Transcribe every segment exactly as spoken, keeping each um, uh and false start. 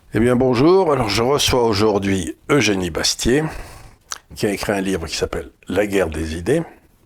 Eh bien bonjour, alors je reçois aujourd'hui Eugénie Bastier, qui a écrit un livre qui s'appelle La guerre des idées.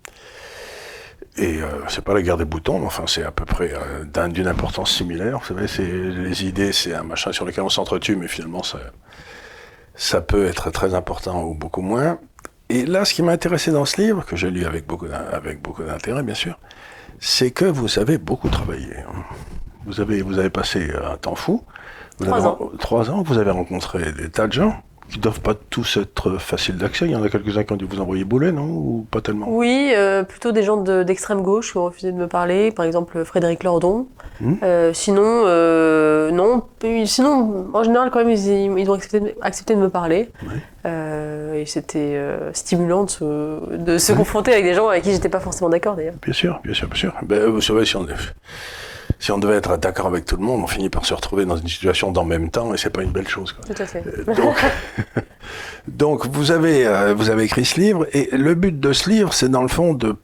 Et euh, c'est pas la guerre des boutons, mais enfin c'est à peu près euh, d'un, d'une importance similaire. Vous savez, c'est, les idées, c'est un machin sur lequel on s'entretue, mais finalement ça, ça peut être très important ou beaucoup moins. Et là, ce qui m'a intéressé dans ce livre, que j'ai lu avec beaucoup, avec beaucoup d'intérêt bien sûr, c'est que vous avez beaucoup travaillé. Vous avez, vous avez passé un temps fou. Vous Trois avez, ans. Trois ans, vous avez rencontré des tas de gens qui ne doivent pas tous être faciles d'accès. Il y en a quelques-uns qui ont dû vous envoyer bouler, non? Ou pas tellement? Oui, euh, plutôt des gens de, d'extrême gauche qui ont refusé de me parler, par exemple Frédéric Lordon. Mmh. Euh, sinon, euh, non. Sinon, en général, quand même, ils, ils ont accepté de, accepté de me parler. Oui. Euh, et c'était euh, stimulant de se, de se oui. confronter avec des gens avec qui j'étais pas forcément d'accord, d'ailleurs. Bien sûr, bien sûr, bien sûr. Ben, vous savez, si on... Si on devait être d'accord avec tout le monde, on finit par se retrouver dans une situation d'en même temps, et c'est pas une belle chose, quoi. Tout à fait. Euh, donc, donc vous avez, euh, vous avez écrit ce livre, et le but de ce livre, c'est dans le fond de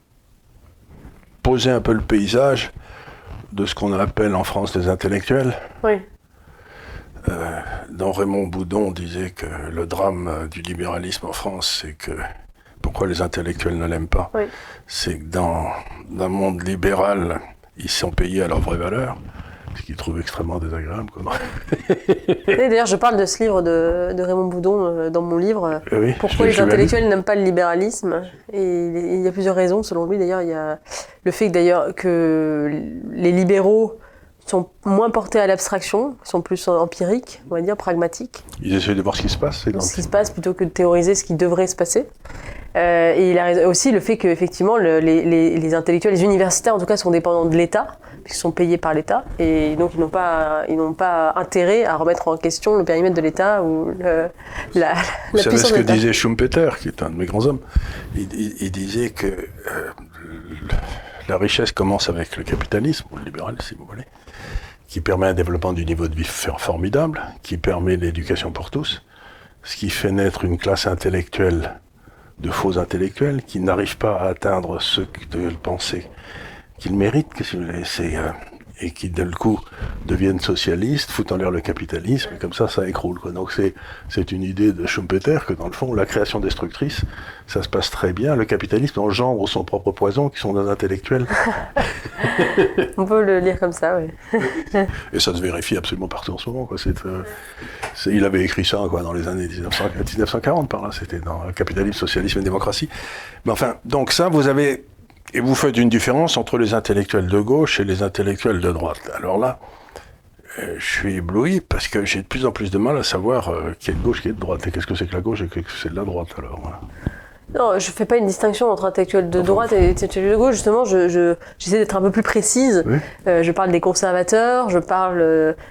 poser un peu le paysage de ce qu'on appelle en France les intellectuels. Oui. Euh, dont Raymond Boudon disait que le drame du libéralisme en France, c'est que pourquoi les intellectuels ne l'aiment pas, oui. C'est que dans un monde libéral, ils sont payés à leur vraie valeur, ce qu'ils trouvent extrêmement désagréable. Et d'ailleurs, je parle de ce livre de, de Raymond Boudon euh, dans mon livre. Oui, Pourquoi les intellectuels n'aiment pas le libéralisme? Et il y a plusieurs raisons, selon lui. D'ailleurs, il y a le fait que, d'ailleurs, que les libéraux sont moins portés à l'abstraction, sont plus empiriques, on va dire, pragmatiques. Ils essaient de voir ce qui se passe. C'est ce qui se passe plutôt que de théoriser ce qui devrait se passer. Euh, et il a aussi le fait qu'effectivement, le, les, les, les intellectuels, les universitaires en tout cas, sont dépendants de l'État, puisqu'ils sont payés par l'État, et donc ils n'ont pas, ils n'ont pas intérêt à remettre en question le périmètre de l'État ou le, la, la Vous savez ce que d'État. disait Schumpeter, qui est un de mes grands hommes. Il, il, il disait que euh, la richesse commence avec le capitalisme, ou le libéralisme si vous voulez, qui permet un développement du niveau de vie formidable, qui permet l'éducation pour tous, ce qui fait naître une classe intellectuelle de faux intellectuels qui n'arrivent pas à atteindre ce de penser qu'ils méritent, que si vous voulez, c'est, euh, et qui d'un coup deviennent socialistes, foutent en l'air le capitalisme, et comme ça, ça écroule, quoi. Donc c'est, c'est une idée de Schumpeter que dans le fond, la création destructrice, ça se passe très bien. Le capitalisme engendre son propre poison, qui sont des intellectuels. On peut le lire comme ça, oui. Et ça se vérifie absolument partout en ce moment, quoi. C'est, euh, c'est, il avait écrit ça, quoi, dans les années dix-neuf cent quarante, par là. C'était dans Capitalisme, Socialisme et Démocratie. Mais enfin, donc ça, vous avez... Et vous faites une différence entre les intellectuels de gauche et les intellectuels de droite. Alors là, euh, je suis ébloui parce que j'ai de plus en plus de mal à savoir euh, qui est de gauche, qui est de droite. Et qu'est-ce que c'est que la gauche et qu'est-ce que c'est de la droite, alors voilà. Non, je ne fais pas une distinction entre intellectuels de droite et intellectuels de gauche. Justement, je, je, j'essaie d'être un peu plus précise. Oui. Euh, je parle des conservateurs, je parle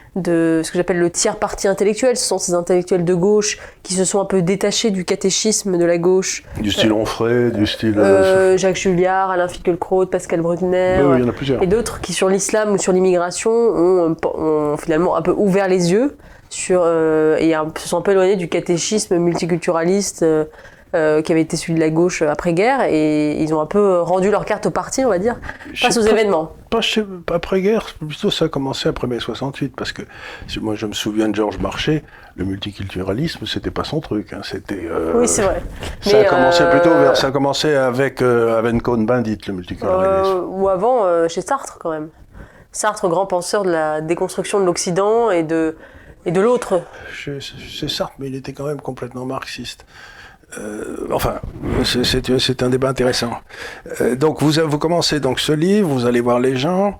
de ce que j'appelle le tiers parti intellectuel. Ce sont ces intellectuels de gauche qui se sont un peu détachés du catéchisme de la gauche. Du style Onfray, du style... Euh, Jacques Julliard, Alain Finkielkraut, Pascal Bruckner. Oui, oui, il y en a plusieurs. Et d'autres qui, sur l'islam ou sur l'immigration, ont, ont finalement un peu ouvert les yeux sur, euh, et un, se sont un peu éloignés du catéchisme multiculturaliste euh, Euh, qui avait été celui de la gauche après-guerre, et ils ont un peu rendu leur carte au parti, on va dire, face aux pas, événements. Pas, pas après-guerre, plutôt ça a commencé après mai soixante-huit, parce que moi je me souviens de Georges Marchais, le multiculturalisme, c'était pas son truc, hein, c'était... Euh, oui, c'est vrai. Ça Mais a commencé euh, plutôt vers, ça a commencé avec euh, Aven Cohn-Bendit, le multiculturalisme. Euh, ou avant, euh, chez Sartre, quand même. Sartre, grand penseur de la déconstruction de l'Occident et de, et de l'autre. C'est Sartre, mais il était quand même complètement marxiste. Euh, enfin, c'est, c'est, c'est un débat intéressant. Euh, donc, vous, vous commencez donc ce livre, vous allez voir les gens.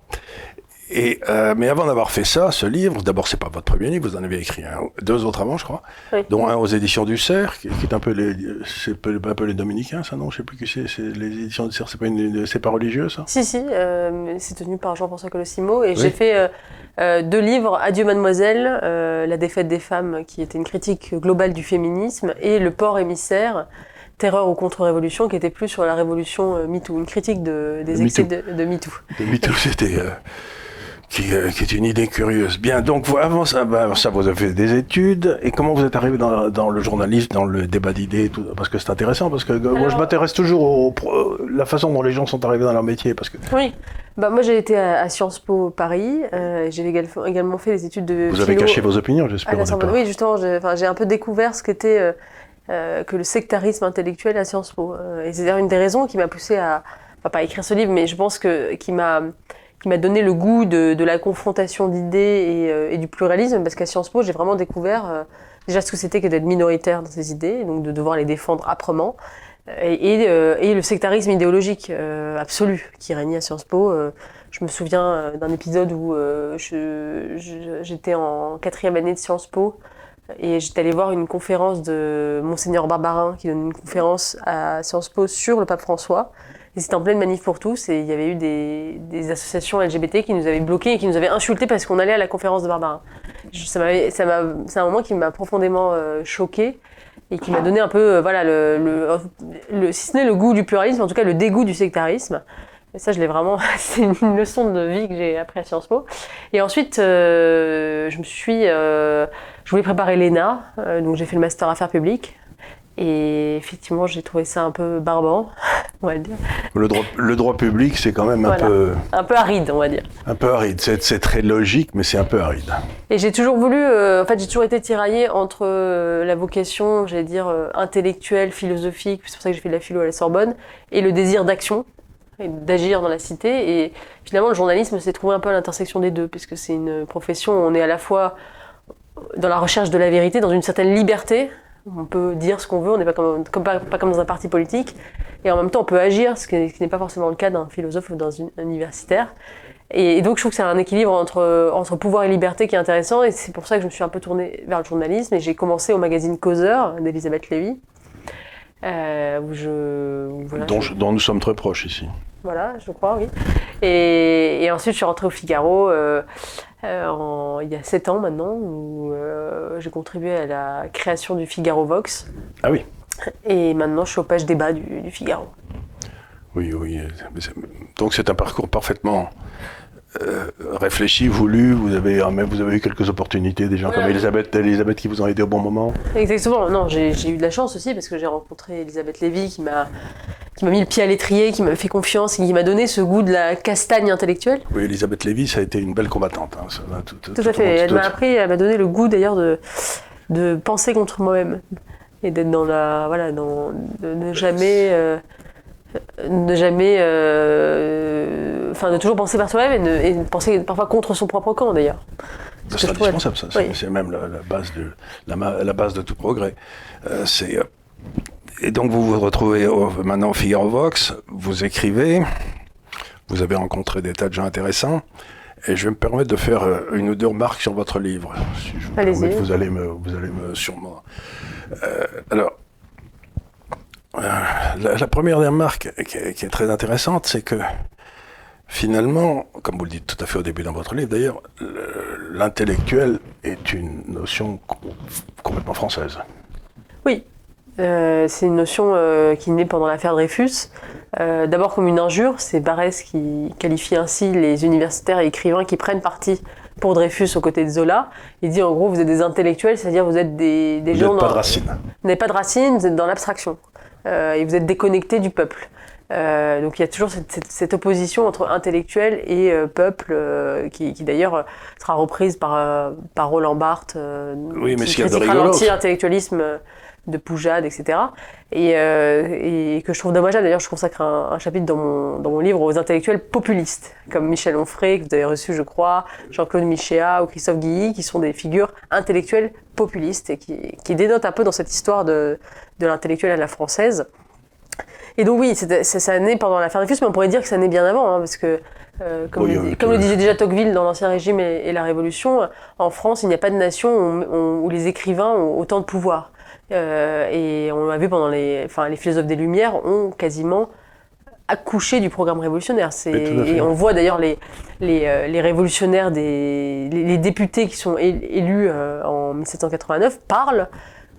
Et, euh, mais avant d'avoir fait ça, ce livre, d'abord, c'est pas votre premier livre, vous en avez écrit un, deux autres avant, je crois, oui. Dont un aux éditions du Cerf, qui, qui est un peu les, c'est un peu les Dominicains, ça, non? Je sais plus qui c'est, c'est les éditions du Cerf, c'est pas une, c'est pas religieux, ça? Si, si, euh, c'est tenu par Jean-François Colosimo, et oui. J'ai fait euh, euh, deux livres, Adieu Mademoiselle, euh, La défaite des femmes, qui était une critique globale du féminisme, et Le port émissaire, Terreur ou contre-révolution, qui était plus sur la révolution euh, MeToo, une critique de, des excès de, de MeToo. De MeToo, c'était... Euh... Qui, euh, qui est une idée curieuse. Bien, donc vous, avant ça, bah, ça, vous avez fait des études. Et comment vous êtes arrivé dans, dans le journalisme, dans le débat d'idées et tout? Parce que c'est intéressant, parce que euh, moi je m'intéresse toujours au, au, la façon dont les gens sont arrivés dans leur métier. Parce que... Oui, bah, moi j'ai été à, à Sciences Po Paris. Euh, j'ai également, également fait des études de Vous philo. avez caché vos opinions, j'espère, au départ. Oui, justement, j'ai, j'ai un peu découvert ce qu'était euh, euh, que le sectarisme intellectuel à Sciences Po. Euh, et c'est d'ailleurs une des raisons qui m'a poussée à, enfin pas à écrire ce livre, mais je pense que qui m'a qui m'a donné le goût de, de la confrontation d'idées et, euh, et du pluralisme, parce qu'à Sciences Po, j'ai vraiment découvert euh, déjà ce que c'était que d'être minoritaire dans ses idées, et donc de devoir les défendre âprement, et, et, euh, et le sectarisme idéologique euh, absolu qui régnait à Sciences Po. Euh, je me souviens d'un épisode où euh, je, je, j'étais en quatrième année de Sciences Po, et j'étais allée voir une conférence de Monseigneur Barbarin, qui donne une conférence à Sciences Po sur le pape François. Et c'était en pleine manif pour tous, et il y avait eu des, des associations L G B T qui nous avaient bloqués et qui nous avaient insultés parce qu'on allait à la conférence de Barbarin. Je, ça m'avait, ça m'a, c'est un moment qui m'a profondément euh, choquée et qui m'a donné un peu, euh, voilà, le, le, le, si ce n'est le goût du pluralisme, en tout cas le dégoût du sectarisme. Et ça, je l'ai vraiment, c'est une leçon de vie que j'ai appris à Sciences Po. Et ensuite, euh, je me suis, euh, je voulais préparer l'E N A, euh, donc j'ai fait le master Affaires publiques. Et effectivement, j'ai trouvé ça un peu barbant, on va le dire. Le droit, le droit public, c'est quand même un voilà. peu... Un peu aride, on va dire. Un peu aride. C'est, c'est très logique, mais c'est un peu aride. Et j'ai toujours voulu... Euh, en fait, j'ai toujours été tiraillée entre euh, la vocation, j'allais dire, euh, intellectuelle, philosophique, c'est pour ça que j'ai fait de la philo à la Sorbonne, et le désir d'action, et d'agir dans la cité. Et finalement, le journalisme s'est trouvé un peu à l'intersection des deux, puisque c'est une profession où on est à la fois dans la recherche de la vérité, dans une certaine liberté. On peut dire ce qu'on veut, on n'est pas comme, comme, pas, pas comme dans un parti politique. Et en même temps, on peut agir, ce qui, ce qui n'est pas forcément le cas d'un philosophe ou d'un universitaire. Et, et donc, je trouve que c'est un équilibre entre, entre pouvoir et liberté qui est intéressant. Et c'est pour ça que je me suis un peu tournée vers le journalisme. Et j'ai commencé au magazine Causeur d'Elisabeth Lévy. Euh, où je, où voilà, dont, je... dont nous sommes très proches ici. Voilà, je crois, oui. Et, et ensuite, je suis rentrée au Figaro euh, euh, en, il y a sept ans maintenant, où euh, j'ai contribué à la création du Figaro Vox. Ah oui. Et maintenant, je suis aux pages débat du, du Figaro. Oui, oui. Donc c'est un parcours parfaitement euh, réfléchi, voulu. Vous avez, même vous avez eu quelques opportunités, des gens voilà. comme Elisabeth, Elisabeth qui vous ont aidé au bon moment. Exactement. Non, j'ai, j'ai eu de la chance aussi parce que j'ai rencontré Elisabeth Lévy qui m'a qui m'a mis le pied à l'étrier, qui m'a fait confiance et qui m'a donné ce goût de la castagne intellectuelle. Oui, Elisabeth Lévy, ça a été une belle combattante. Hein. Ça, tout, tout, tout à fait. Elle m'a appris, elle m'a donné le goût d'ailleurs de, de penser contre moi-même et d'être dans la, voilà, dans, de ne jamais, euh, ne jamais, euh, enfin, de toujours penser par soi-même et de, et de penser parfois contre son propre camp d'ailleurs. C'est, c'est indispensable, ça. Oui. C'est, c'est même la, la base de la, la base de tout progrès. Euh, c'est euh, Et donc vous vous retrouvez au, maintenant au Figaro Vox, vous écrivez, vous avez rencontré des tas de gens intéressants, et je vais me permettre de faire une ou deux remarques sur votre livre. Si je vous Allez-y. permets, vous allez me, vous allez me sûrement. Euh, alors, euh, la, la première des remarques qui est, qui est très intéressante, c'est que finalement, comme vous le dites tout à fait au début dans votre livre d'ailleurs, l'intellectuel est une notion complètement française. Oui. Euh, c'est une notion euh, qui naît pendant l'affaire Dreyfus. Euh, d'abord comme une injure, c'est Barès qui qualifie ainsi les universitaires et écrivains qui prennent parti pour Dreyfus aux côtés de Zola. Il dit en gros vous êtes des intellectuels, c'est-à-dire vous êtes des, des vous gens... Vous n'êtes pas de racines. Vous n'avez pas de racines, vous êtes dans l'abstraction. Euh, et vous êtes déconnectés du peuple. Euh, donc il y a toujours cette, cette, cette opposition entre intellectuel et euh, peuple euh, qui, qui d'ailleurs sera reprise par, euh, par Roland Barthes euh, oui, mais qui ce critiquera l'anti-intellectualisme de Poujade, et cetera. Et, euh, et que je trouve dommageable. D'ailleurs, je consacre un, un chapitre dans mon, dans mon livre aux intellectuels populistes, comme Michel Onfray, que vous avez reçu, je crois, Jean-Claude Michéa ou Christophe Guilly, qui sont des figures intellectuelles populistes et qui, qui dénotent un peu dans cette histoire de, de l'intellectuel à la française. Et donc oui, c'est, c'est, ça naît pendant l'affaire Dreyfus, mais on pourrait dire que ça naît bien avant, hein, parce que Euh, comme, oui, le, oui, comme le disait déjà Tocqueville dans l'Ancien Régime et, et la Révolution, en France, il n'y a pas de nation où, où, où les écrivains ont autant de pouvoir. Euh, et on l'a vu pendant les... Enfin, les philosophes des Lumières ont quasiment accouché du programme révolutionnaire. C'est, et on voit d'ailleurs les, les, euh, les révolutionnaires, des, les, les députés qui sont élus euh, en mille sept cent quatre-vingt-neuf parlent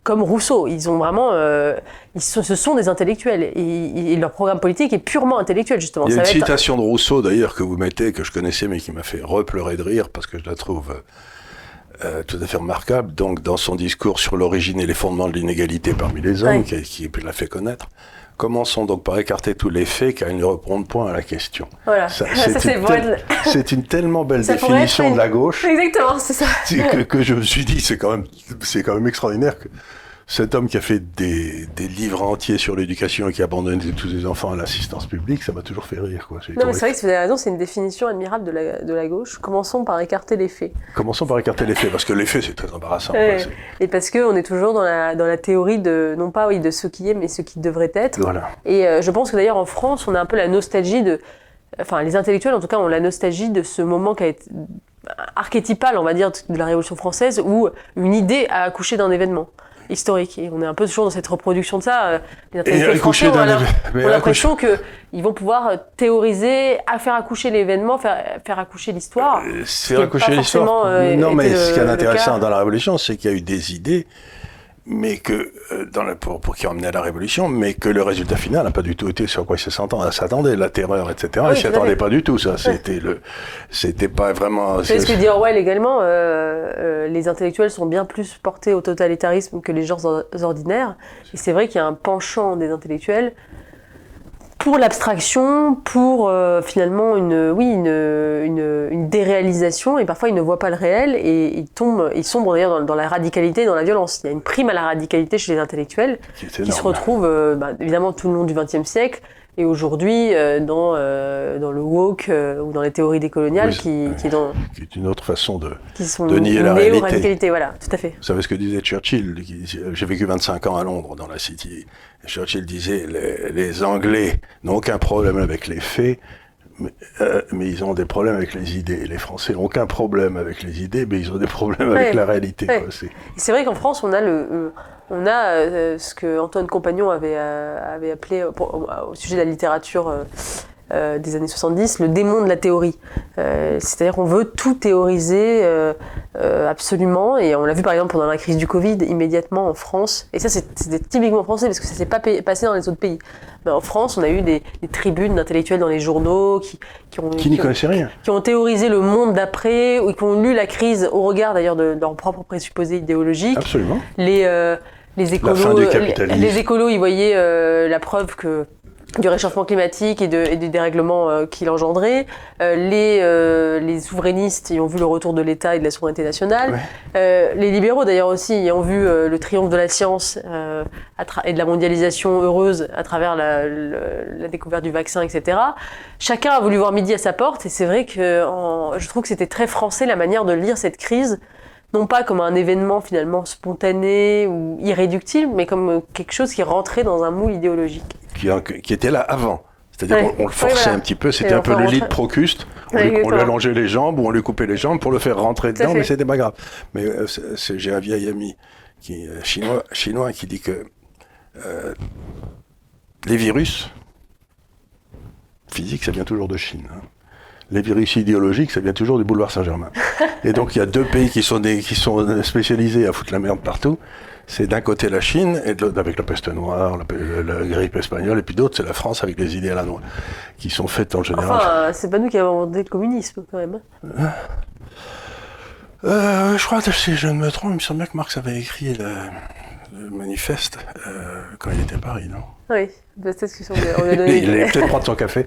comme Rousseau. Ils ont vraiment, euh, ils sont, ce sont des intellectuels et, et leur programme politique est purement intellectuel justement. Il y a Ça une va être... citation de Rousseau d'ailleurs que vous mettez, que je connaissais mais qui m'a fait repleurer de rire parce que je la trouve euh, tout à fait remarquable. Donc dans son discours sur l'origine et les fondements de l'inégalité parmi les hommes, ouais. qui, qui l'a fait connaître. Commençons donc par écarter tous les faits car ils ne répondent point à la question. Voilà, ça, c'est, c'est, c'est, une vrai. telle, c'est une tellement belle ça définition une... de la gauche. Exactement, c'est ça. Que, que je me suis dit, c'est quand même, c'est quand même extraordinaire que cet homme qui a fait des, des livres entiers sur l'éducation et qui a abandonné tous ses enfants à l'assistance publique, ça m'a toujours fait rire. Quoi. Non, mais c'est vrai que vous avez raison, c'est une définition admirable de la, de la gauche. Commençons par écarter les faits. Commençons par écarter les faits, parce que les faits, c'est très embarrassant. Ouais. Quoi, c'est... Et parce qu'on est toujours dans la, dans la théorie de, non pas oui, de ce qui est, mais ce qui devrait être. Voilà. Et euh, je pense que d'ailleurs en France, on a un peu la nostalgie de... Enfin, les intellectuels, en tout cas, ont la nostalgie de ce moment qui a été archétypal, on va dire, de la Révolution française, où une idée a accouché d'un événement historique. Et on est un peu toujours dans cette reproduction de ça. Les intellectuels français ont, la, ont l'impression qu'ils vont pouvoir théoriser, à faire accoucher l'événement, faire, faire accoucher l'histoire. Euh, faire accoucher l'histoire. Euh, non, mais le, ce qui est intéressant dans la Révolution, c'est qu'il y a eu des idées, mais que, euh, dans la, pour, pour qui ont mené à la Révolution, mais que le résultat final n'a pas du tout été sur quoi ils s'attendaient, la terreur, et cetera. Oui, ils s'y attendaient pas du tout, ça. C'était ouais. le, c'était pas vraiment... C'est ce que dit Orwell également, euh, euh, les intellectuels sont bien plus portés au totalitarisme que les gens ordinaires. Et c'est vrai qu'il y a un penchant des intellectuels pour l'abstraction, pour euh, finalement une, oui, une, une, une déréalisation, et parfois ils ne voient pas le réel, et ils tombent, ils sombrent d'ailleurs dans, dans la radicalité, dans la violence. Il y a une prime à la radicalité chez les intellectuels, qui, qui se retrouve euh, bah, évidemment tout le long du vingtième siècle, et aujourd'hui euh, dans, euh, dans le woke euh, ou dans les théories décoloniales, oui, qui, qui est dans... qui est une autre façon de, qui sont de nier la réalité. Radicalité, voilà, tout à fait. Vous savez ce que disait Churchill, qui, j'ai vécu vingt-cinq ans à Londres, dans la City. Churchill disait, les, les Anglais n'ont aucun problème avec les faits, mais, euh, mais ils ont des problèmes avec les idées. Les Français n'ont aucun problème avec les idées, mais ils ont des problèmes ouais, avec la réalité. Ouais. Quoi, c'est... c'est vrai qu'en France, on a, le, euh, on a euh, ce que Antoine Compagnon avait, euh, avait appelé, pour, au sujet de la littérature euh, euh, des années soixante-dix, le démon de la théorie. Euh, c'est-à-dire qu'on veut tout théoriser euh, euh, absolument, et on l'a vu par exemple pendant la crise du Covid, immédiatement en France, et ça c'est, c'était typiquement français parce que ça ne s'est pas pay- passé dans les autres pays. Mais en France, on a eu des, des tribunes d'intellectuels dans les journaux qui, qui ont... Qui, qui n'y ont, connaissaient rien. Qui ont théorisé le monde d'après, ou qui ont lu la crise au regard d'ailleurs de, de leurs propres présupposés idéologiques. Absolument. Les, euh, les écolos, les, les écolos, ils voyaient euh, la preuve que du réchauffement climatique et, de, et des dérèglements euh, qu'il engendrait. Euh, les, euh, les souverainistes y ont vu le retour de l'État et de la souveraineté nationale. Ouais. Euh, les libéraux d'ailleurs aussi y ont vu euh, le triomphe de la science euh, tra- et de la mondialisation heureuse à travers la, la, la découverte du vaccin, et cetera. Chacun a voulu voir midi à sa porte, et c'est vrai que en, je trouve que c'était très français la manière de lire cette crise, non pas comme un événement finalement spontané ou irréductible, mais comme quelque chose qui rentrait dans un moule idéologique. Qui, qui était là avant. C'est-à-dire ouais. qu'on on le forçait ouais, voilà. un petit peu, c'était et un peu le lit de Procuste, on, ouais, lui, on lui allongeait les jambes ou on lui coupait les jambes pour le faire rentrer dedans, mais c'était pas grave. Mais euh, c'est, c'est, j'ai un vieil ami qui, euh, chinois, chinois qui dit que euh, les virus physiques, ça vient toujours de Chine. Hein. Les virus idéologiques, ça vient toujours du boulevard Saint-Germain. Et donc il y a deux pays qui sont, des, qui sont spécialisés à foutre la merde partout. C'est d'un côté la Chine, et de l'autre avec la peste noire, la, la, la grippe espagnole, et puis d'autres, c'est la France avec les idées à la noix, qui sont faites en général. Enfin, c'est pas nous qui avons inventé le communisme, quand même. Euh, euh, je crois que si je ne me trompe, il me semble bien que Marx avait écrit le, le manifeste euh, quand il était à Paris, non ? Oui, peut-être qu'on lui a donné... il allait peut-être prendre son café.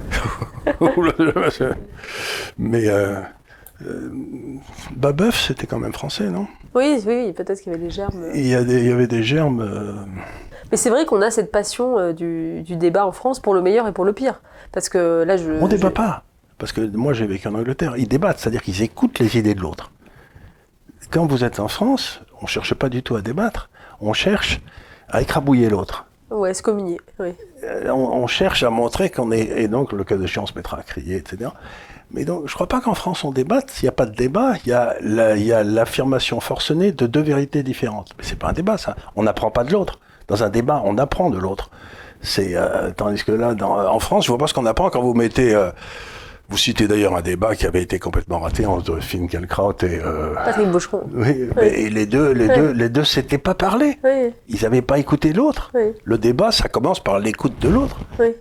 Mais... Euh, Euh, Babeuf, c'était quand même français, non ? Oui, oui, peut-être qu'il y avait des germes. Il y, a des, il y avait des germes. Euh... Mais c'est vrai qu'on a cette passion euh, du, du débat en France pour le meilleur et pour le pire. Parce que là, je. On ne débat je... pas. Parce que moi, j'ai vécu en Angleterre. Ils débattent, c'est-à-dire qu'ils écoutent les idées de l'autre. Quand vous êtes en France, on ne cherche pas du tout à débattre. On cherche à écrabouiller l'autre. Ouais, se communier, oui. Euh, on, on cherche à montrer qu'on est. Et donc, le cas de chance, on se mettra à crier, et cetera. Mais donc, je ne crois pas qu'en France on débatte. Il n'y a pas de débat. Il y a, la, il y a l'affirmation forcenée de deux vérités différentes. Mais c'est pas un débat, ça. On n'apprend pas de l'autre. Dans un débat, on apprend de l'autre. C'est euh, tandis que là, dans, en France, je vois pas ce qu'on apprend quand vous mettez, euh, Vous citez d'ailleurs un débat qui avait été complètement raté entre Finkielkraut et... Euh, Patrick Boucheron. Oui, oui. Et les deux, les oui. deux, les deux s'étaient pas parlé. Oui. Ils n'avaient pas écouté l'autre. Oui. Le débat, ça commence par l'écoute de l'autre. Oui.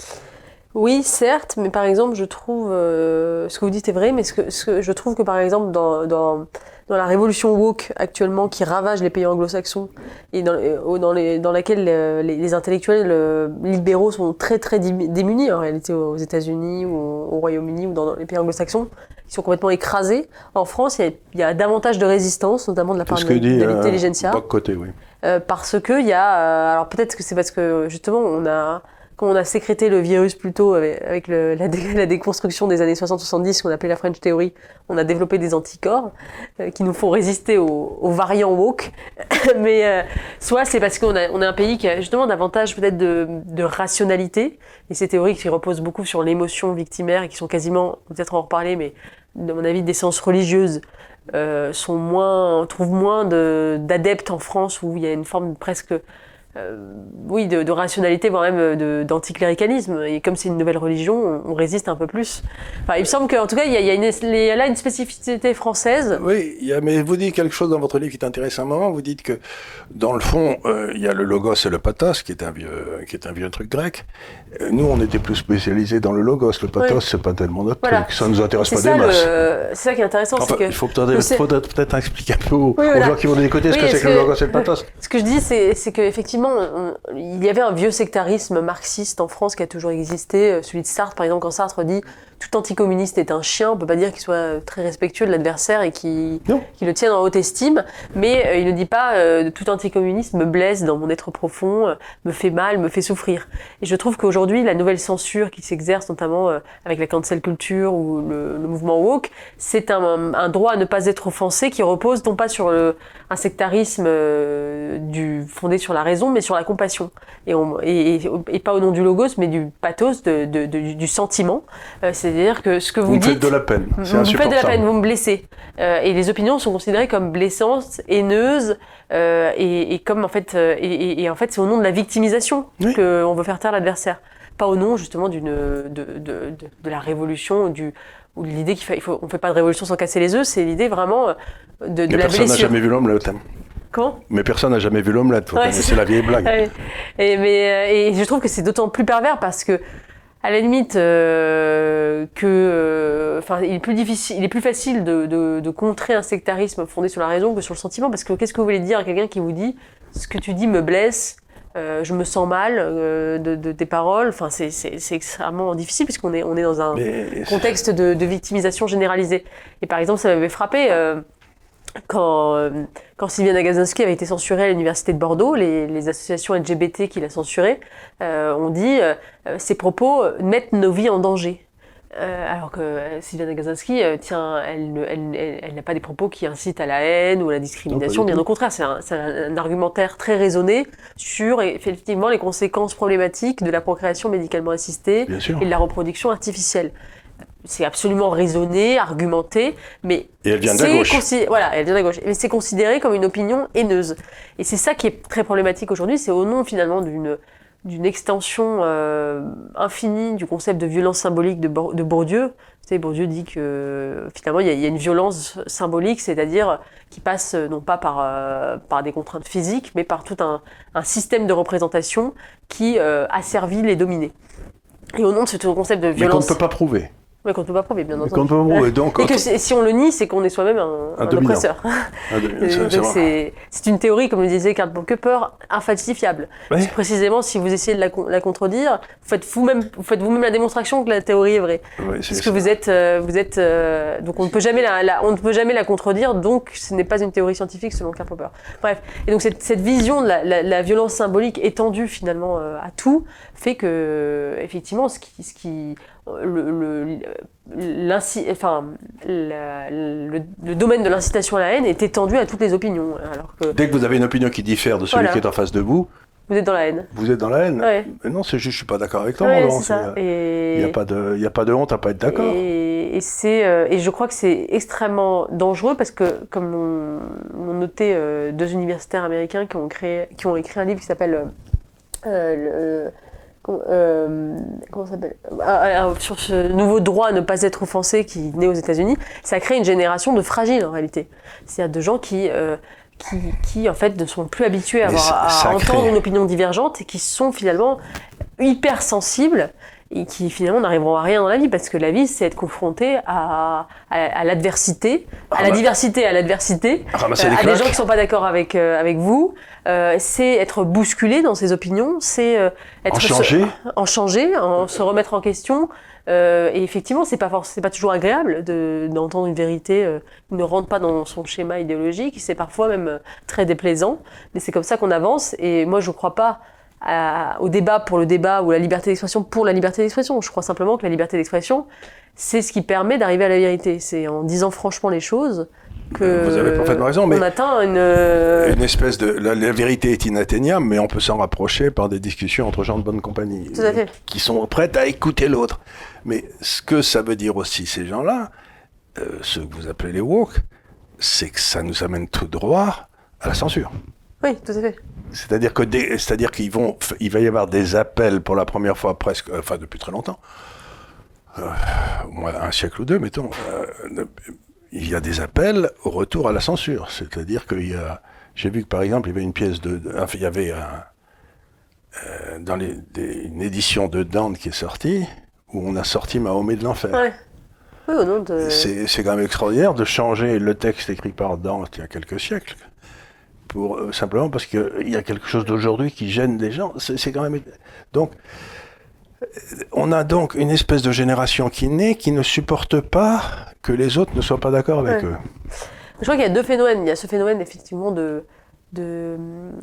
Oui, certes, mais par exemple, je trouve... Euh, ce que vous dites est vrai, mais ce que, ce que je trouve que par exemple, dans, dans, dans la révolution woke actuellement, qui ravage les pays anglo-saxons, et dans, dans, les, dans laquelle les, les intellectuels euh, libéraux sont très très démunis, en réalité aux États-Unis ou au Royaume-Uni ou dans les pays anglo-saxons, qui sont complètement écrasés. En France, il y a, il y a davantage de résistance, notamment de la part de, dit, de l'intelligentsia. Euh, côté, oui. Euh, parce que il y a... Euh, alors peut-être que c'est parce que, justement, on a... Quand on a sécrété le virus plutôt avec, avec le, la, dé, la déconstruction des années soixante soixante-dix, qu'on appelait la French Theory, on a développé des anticorps euh, qui nous font résister aux, aux variants woke. Mais euh, soit c'est parce qu'on a, on est un pays qui a justement davantage peut-être de, de rationalité, et ces théories qui reposent beaucoup sur l'émotion victimaire et qui sont quasiment, peut-être en reparler, mais de mon avis, des séances religieuses euh, sont moins, on trouve moins de, d'adeptes en France où il y a une forme presque... Euh, oui, de, de rationalité, voire même de, d'anticléricalisme. Et comme c'est une nouvelle religion, on, on résiste un peu plus. Enfin, il me semble qu'en tout cas, il y a, il y a, une, il y a là une spécificité française. Oui, il y a, mais vous dites quelque chose dans votre livre qui t'intéresse un moment. Vous dites que, dans le fond, euh, il y a le logos et le pathos, qui est un vieux, qui est un vieux truc grec. Euh, nous, on était plus spécialisés dans le logos. Le pathos, oui. C'est pas tellement notre voilà. truc. Ça nous intéresse c'est pas ça, des masses. Le... C'est ça qui est intéressant. Enfin, c'est que il faut peut-être, c'est... peut-être, peut-être expliquer un peu aux, oui, aux voilà. gens qui vont écouter oui, ce que c'est que, que le logos et le pathos. Ce que je dis, c'est, c'est qu'effectivement, on, il y avait un vieux sectarisme marxiste en France qui a toujours existé, celui de Sartre par exemple. Quand Sartre dit tout anticommuniste est un chien, on peut pas dire qu'il soit très respectueux de l'adversaire et qu'il, qu'il le tienne en haute estime, mais euh, il ne dit pas euh, tout anticommuniste me blesse dans mon être profond, euh, me fait mal, me fait souffrir. Et je trouve qu'aujourd'hui la nouvelle censure qui s'exerce notamment euh, avec la cancel culture ou le, le mouvement woke, c'est un, un droit à ne pas être offensé qui repose non pas sur le, un sectarisme euh, du, fondé sur la raison, mais sur la compassion. Et, on, et, et, et pas au nom du logos, mais du pathos, de, de, de, du, du sentiment. Euh, c'est-à-dire que ce que vous, vous dites... Vous me faites de la peine, c'est Vous me faites de la peine, vous me blessez. Euh, et les opinions sont considérées comme blessantes, haineuses, euh, et, et comme en fait... Euh, et, et, et en fait, c'est au nom de la victimisation oui. qu'on veut faire taire l'adversaire. Pas au nom, justement, d'une, de, de, de, de la révolution, du... ou l'idée qu'il faut, on ne fait pas de révolution sans casser les œufs, c'est l'idée vraiment de, de la blessure. Personne n'a jamais vu l'homme, le thème. Comment ? Mais personne n'a jamais vu l'omelette, vous ouais, connaissez c'est la vieille blague. Ouais. Et, mais, et je trouve que c'est d'autant plus pervers parce que, à la limite, euh, que, enfin, euh, il est plus difficile, il est plus facile de, de, de contrer un sectarisme fondé sur la raison que sur le sentiment, parce que qu'est-ce que vous voulez dire à quelqu'un qui vous dit ce que tu dis me blesse, euh, je me sens mal euh, de, de tes paroles. Enfin, c'est, c'est, c'est extrêmement difficile puisqu'on est, on est dans un mais... contexte de, de victimisation généralisée. Et par exemple, ça m'avait frappé. Euh, Quand, euh, quand Sylviane Agacinski avait été censurée à l'université de Bordeaux, les, les associations L G B T qui l'a censurée euh, ont dit euh, ces propos mettent nos vies en danger. Euh, alors que euh, Sylviane Agacinski, euh, tiens, elle, elle, elle, elle n'a pas des propos qui incitent à la haine ou à la discrimination, non, bien au contraire, c'est, un, c'est un, un argumentaire très raisonné sur effectivement les conséquences problématiques de la procréation médicalement assistée et de la reproduction artificielle. C'est absolument raisonné, argumenté, mais et elle vient de la gauche. Consi- voilà, elle vient de la gauche. Mais c'est considéré comme une opinion haineuse. Et c'est ça qui est très problématique aujourd'hui. C'est au nom finalement d'une d'une extension euh, infinie du concept de violence symbolique de, Bo- de Bourdieu. Vous savez, Bourdieu dit que finalement il y, y a une violence symbolique, c'est-à-dire qui passe non pas par euh, par des contraintes physiques, mais par tout un, un système de représentation qui euh, asservit les dominés. Et au nom de ce concept de violence, mais qu'on ne peut pas prouver. Mais qu'on ne peut pas prouver, bien entendu. Qu'on ne peut pas prouver, donc... Et que si on le nie, c'est qu'on est soi-même un, un, un oppresseur. Un dominant. C'est, donc c'est, c'est une théorie, comme le disait Karl Popper, infalsifiable. Oui. Précisément, si vous essayez de la, la contredire, vous faites vous-même, vous faites vous-même la démonstration que la théorie est vraie. Oui, c'est Puisque ça. vous êtes... Euh, vous êtes euh, donc on ne peut jamais la, la, on ne peut jamais la contredire, donc ce n'est pas une théorie scientifique selon Karl Popper. Bref. Et donc cette, cette vision de la, la, la violence symbolique étendue finalement euh, à tout, fait que, effectivement, ce qui... Ce qui Le, le, enfin, la, le, le domaine de l'incitation à la haine est étendu à toutes les opinions. Alors que, dès que vous avez une opinion qui diffère de celui voilà. qui est en face de vous, vous êtes dans la haine. Vous êtes dans la haine. Ouais. Mais non, c'est juste, je suis pas d'accord avec toi. Ouais, Laurent, c'est ça. Il et... n'y a pas de, il y a pas de honte à pas être d'accord. Et, et c'est, euh, et je crois que c'est extrêmement dangereux parce que, comme l'ont, l'ont noté euh, deux universitaires américains qui ont créé, qui ont écrit un livre qui s'appelle euh, le, euh, comment ça s'appelle euh, sur ce nouveau droit à ne pas être offensé qui naît aux États-Unis, ça crée une génération de fragiles en réalité. C'est-à-dire de gens qui, euh, qui, qui en fait ne sont plus habitués à, avoir, ça, ça à entendre crée... une opinion divergente et qui sont finalement hyper sensibles et qui finalement n'arriveront à rien dans la vie parce que la vie c'est être confronté à, à, à l'adversité, à ah la bah. diversité, à l'adversité, ah bah, euh, à des gens qui ne sont pas d'accord avec, euh, avec vous. Euh, c'est être bousculé dans ses opinions, c'est euh, être en changer, se, en changer, en se remettre en question. Euh, et effectivement, c'est pas forcément, c'est pas toujours agréable de, d'entendre une vérité euh, qui ne rentre pas dans son schéma idéologique. C'est parfois même euh, très déplaisant, mais c'est comme ça qu'on avance. Et moi, je crois pas à, au débat pour le débat ou à la liberté d'expression pour la liberté d'expression. Je crois simplement que la liberté d'expression, c'est ce qui permet d'arriver à la vérité. C'est en disant franchement les choses que vous avez parfaitement raison, mais on atteint une... une espèce de... La, la vérité est inatteignable, mais on peut s'en rapprocher par des discussions entre gens de bonne compagnie. Tout à fait. Qui sont prêts à écouter l'autre. Mais ce que ça veut dire aussi, ces gens-là, euh, ceux que vous appelez les woke, c'est que ça nous amène tout droit à la censure. Oui, tout à fait. C'est-à-dire que des, c'est-à-dire qu'ils vont, il va y avoir des appels pour la première fois presque, enfin depuis très longtemps, euh, au moins un siècle ou deux, mettons, euh, il y a des appels au retour à la censure. C'est-à-dire qu'il y a, j'ai vu que par exemple il y avait une pièce de, de enfin il y avait un, euh, dans les, des, une édition de Dante qui est sortie où on a sorti Mahomet de l'enfer. Ouais. Oui, au nom de... c'est, c'est quand même extraordinaire de changer le texte écrit par Dante il y a quelques siècles. Pour, euh, simplement parce qu'il y a quelque chose d'aujourd'hui qui gêne les gens. C'est, c'est quand même... Donc, on a donc une espèce de génération qui naît, qui ne supporte pas que les autres ne soient pas d'accord avec ouais. eux. Je crois qu'il y a deux phénomènes. Il y a ce phénomène, effectivement, de, de,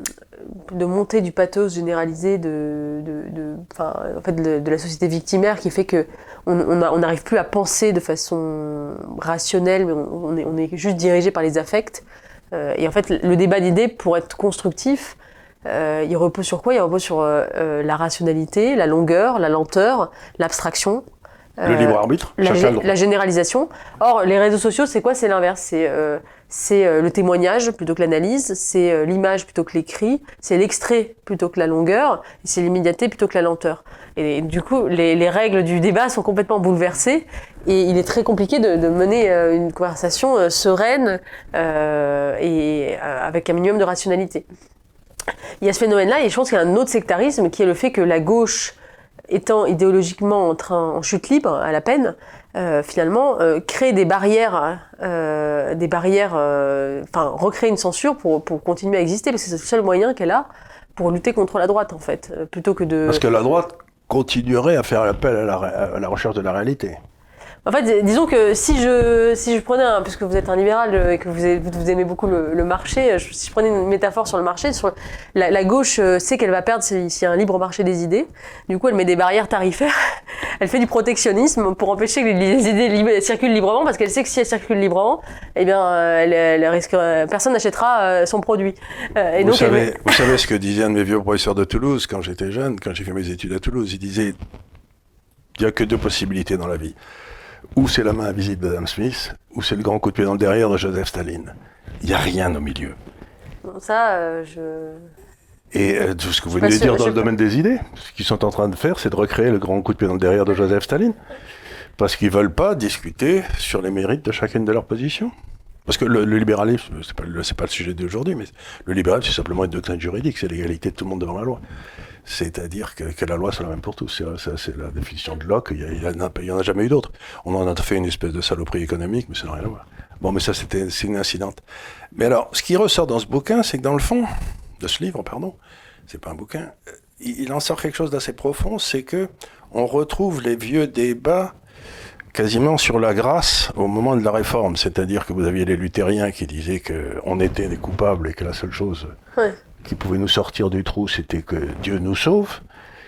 de montée du pathos généralisé de, de, de, enfin, en fait, de, de la société victimaire qui fait qu'on on n'arrive plus à penser de façon rationnelle, mais on, on, est, on est juste dirigé par les affects. Euh, et en fait, le débat d'idées, pour être constructif, euh, il repose sur quoi ? Il repose sur euh, la rationalité, la longueur, la lenteur, l'abstraction. Euh, le libre arbitre, la, gé- la généralisation. Or, les réseaux sociaux, c'est quoi ? C'est l'inverse. C'est, euh, c'est euh, le témoignage plutôt que l'analyse, c'est euh, l'image plutôt que l'écrit, c'est l'extrait plutôt que la longueur, et c'est l'immédiateté plutôt que la lenteur. Et, et du coup, les, les règles du débat sont complètement bouleversées, et il est très compliqué de, de mener euh, une conversation euh, sereine euh, et euh, avec un minimum de rationalité. Il y a ce phénomène-là, et je pense qu'il y a un autre sectarisme qui est le fait que la gauche, étant idéologiquement en, train, en chute libre, à la peine, euh, finalement, euh, crée des barrières, euh, des barrières, enfin, euh, recréer une censure pour, pour continuer à exister, parce que c'est le seul moyen qu'elle a pour lutter contre la droite, en fait, euh, plutôt que de... Parce que la droite continuerait à faire appel à la, à la recherche de la réalité. En fait, disons que si je, si je prenais, un, puisque vous êtes un libéral et que vous, avez, vous aimez beaucoup le, le marché, je, si je prenais une métaphore sur le marché, sur la, la gauche sait qu'elle va perdre s'il y a un libre marché des idées. Du coup, elle met des barrières tarifaires. Elle fait du protectionnisme pour empêcher que les idées libres, circulent librement, parce qu'elle sait que si elles circulent librement, eh bien, elle, elle risque, personne n'achètera son produit. Et vous, donc, savez, elle... vous savez ce que disait un de mes vieux professeurs de Toulouse quand j'étais jeune, quand j'ai fait mes études à Toulouse. Il disait, il n'y a que deux possibilités dans la vie. Ou c'est la main invisible d'Adam Smith, ou c'est le grand coup de pied dans le derrière de Joseph Staline. Il n'y a rien au milieu. Ça, euh, je... Et euh, ce que vous venez de dire dans le domaine des idées, ce qu'ils sont en train de faire, c'est de recréer le grand coup de pied dans le derrière de Joseph Staline. Parce qu'ils ne veulent pas discuter sur les mérites de chacune de leurs positions. Parce que le, le libéralisme, ce n'est pas, pas le sujet d'aujourd'hui, mais le libéralisme, c'est simplement une doctrine juridique, c'est l'égalité de tout le monde devant la loi. C'est-à-dire que, que la loi soit la même pour tous. C'est, c'est, c'est la définition de Locke, il n'y en a jamais eu d'autre. On en a fait une espèce de saloperie économique, mais ça n'a rien à voir. Bon, mais ça, c'était, c'est une incidente. Mais alors, ce qui ressort dans ce bouquin, c'est que dans le fond, de ce livre, pardon, c'est pas un bouquin, il, il en sort quelque chose d'assez profond, c'est que on retrouve les vieux débats quasiment sur la grâce au moment de la réforme. C'est-à-dire que vous aviez les luthériens qui disaient qu'on était des coupables et que la seule chose... Ouais. qui pouvait nous sortir du trou, c'était que Dieu nous sauve.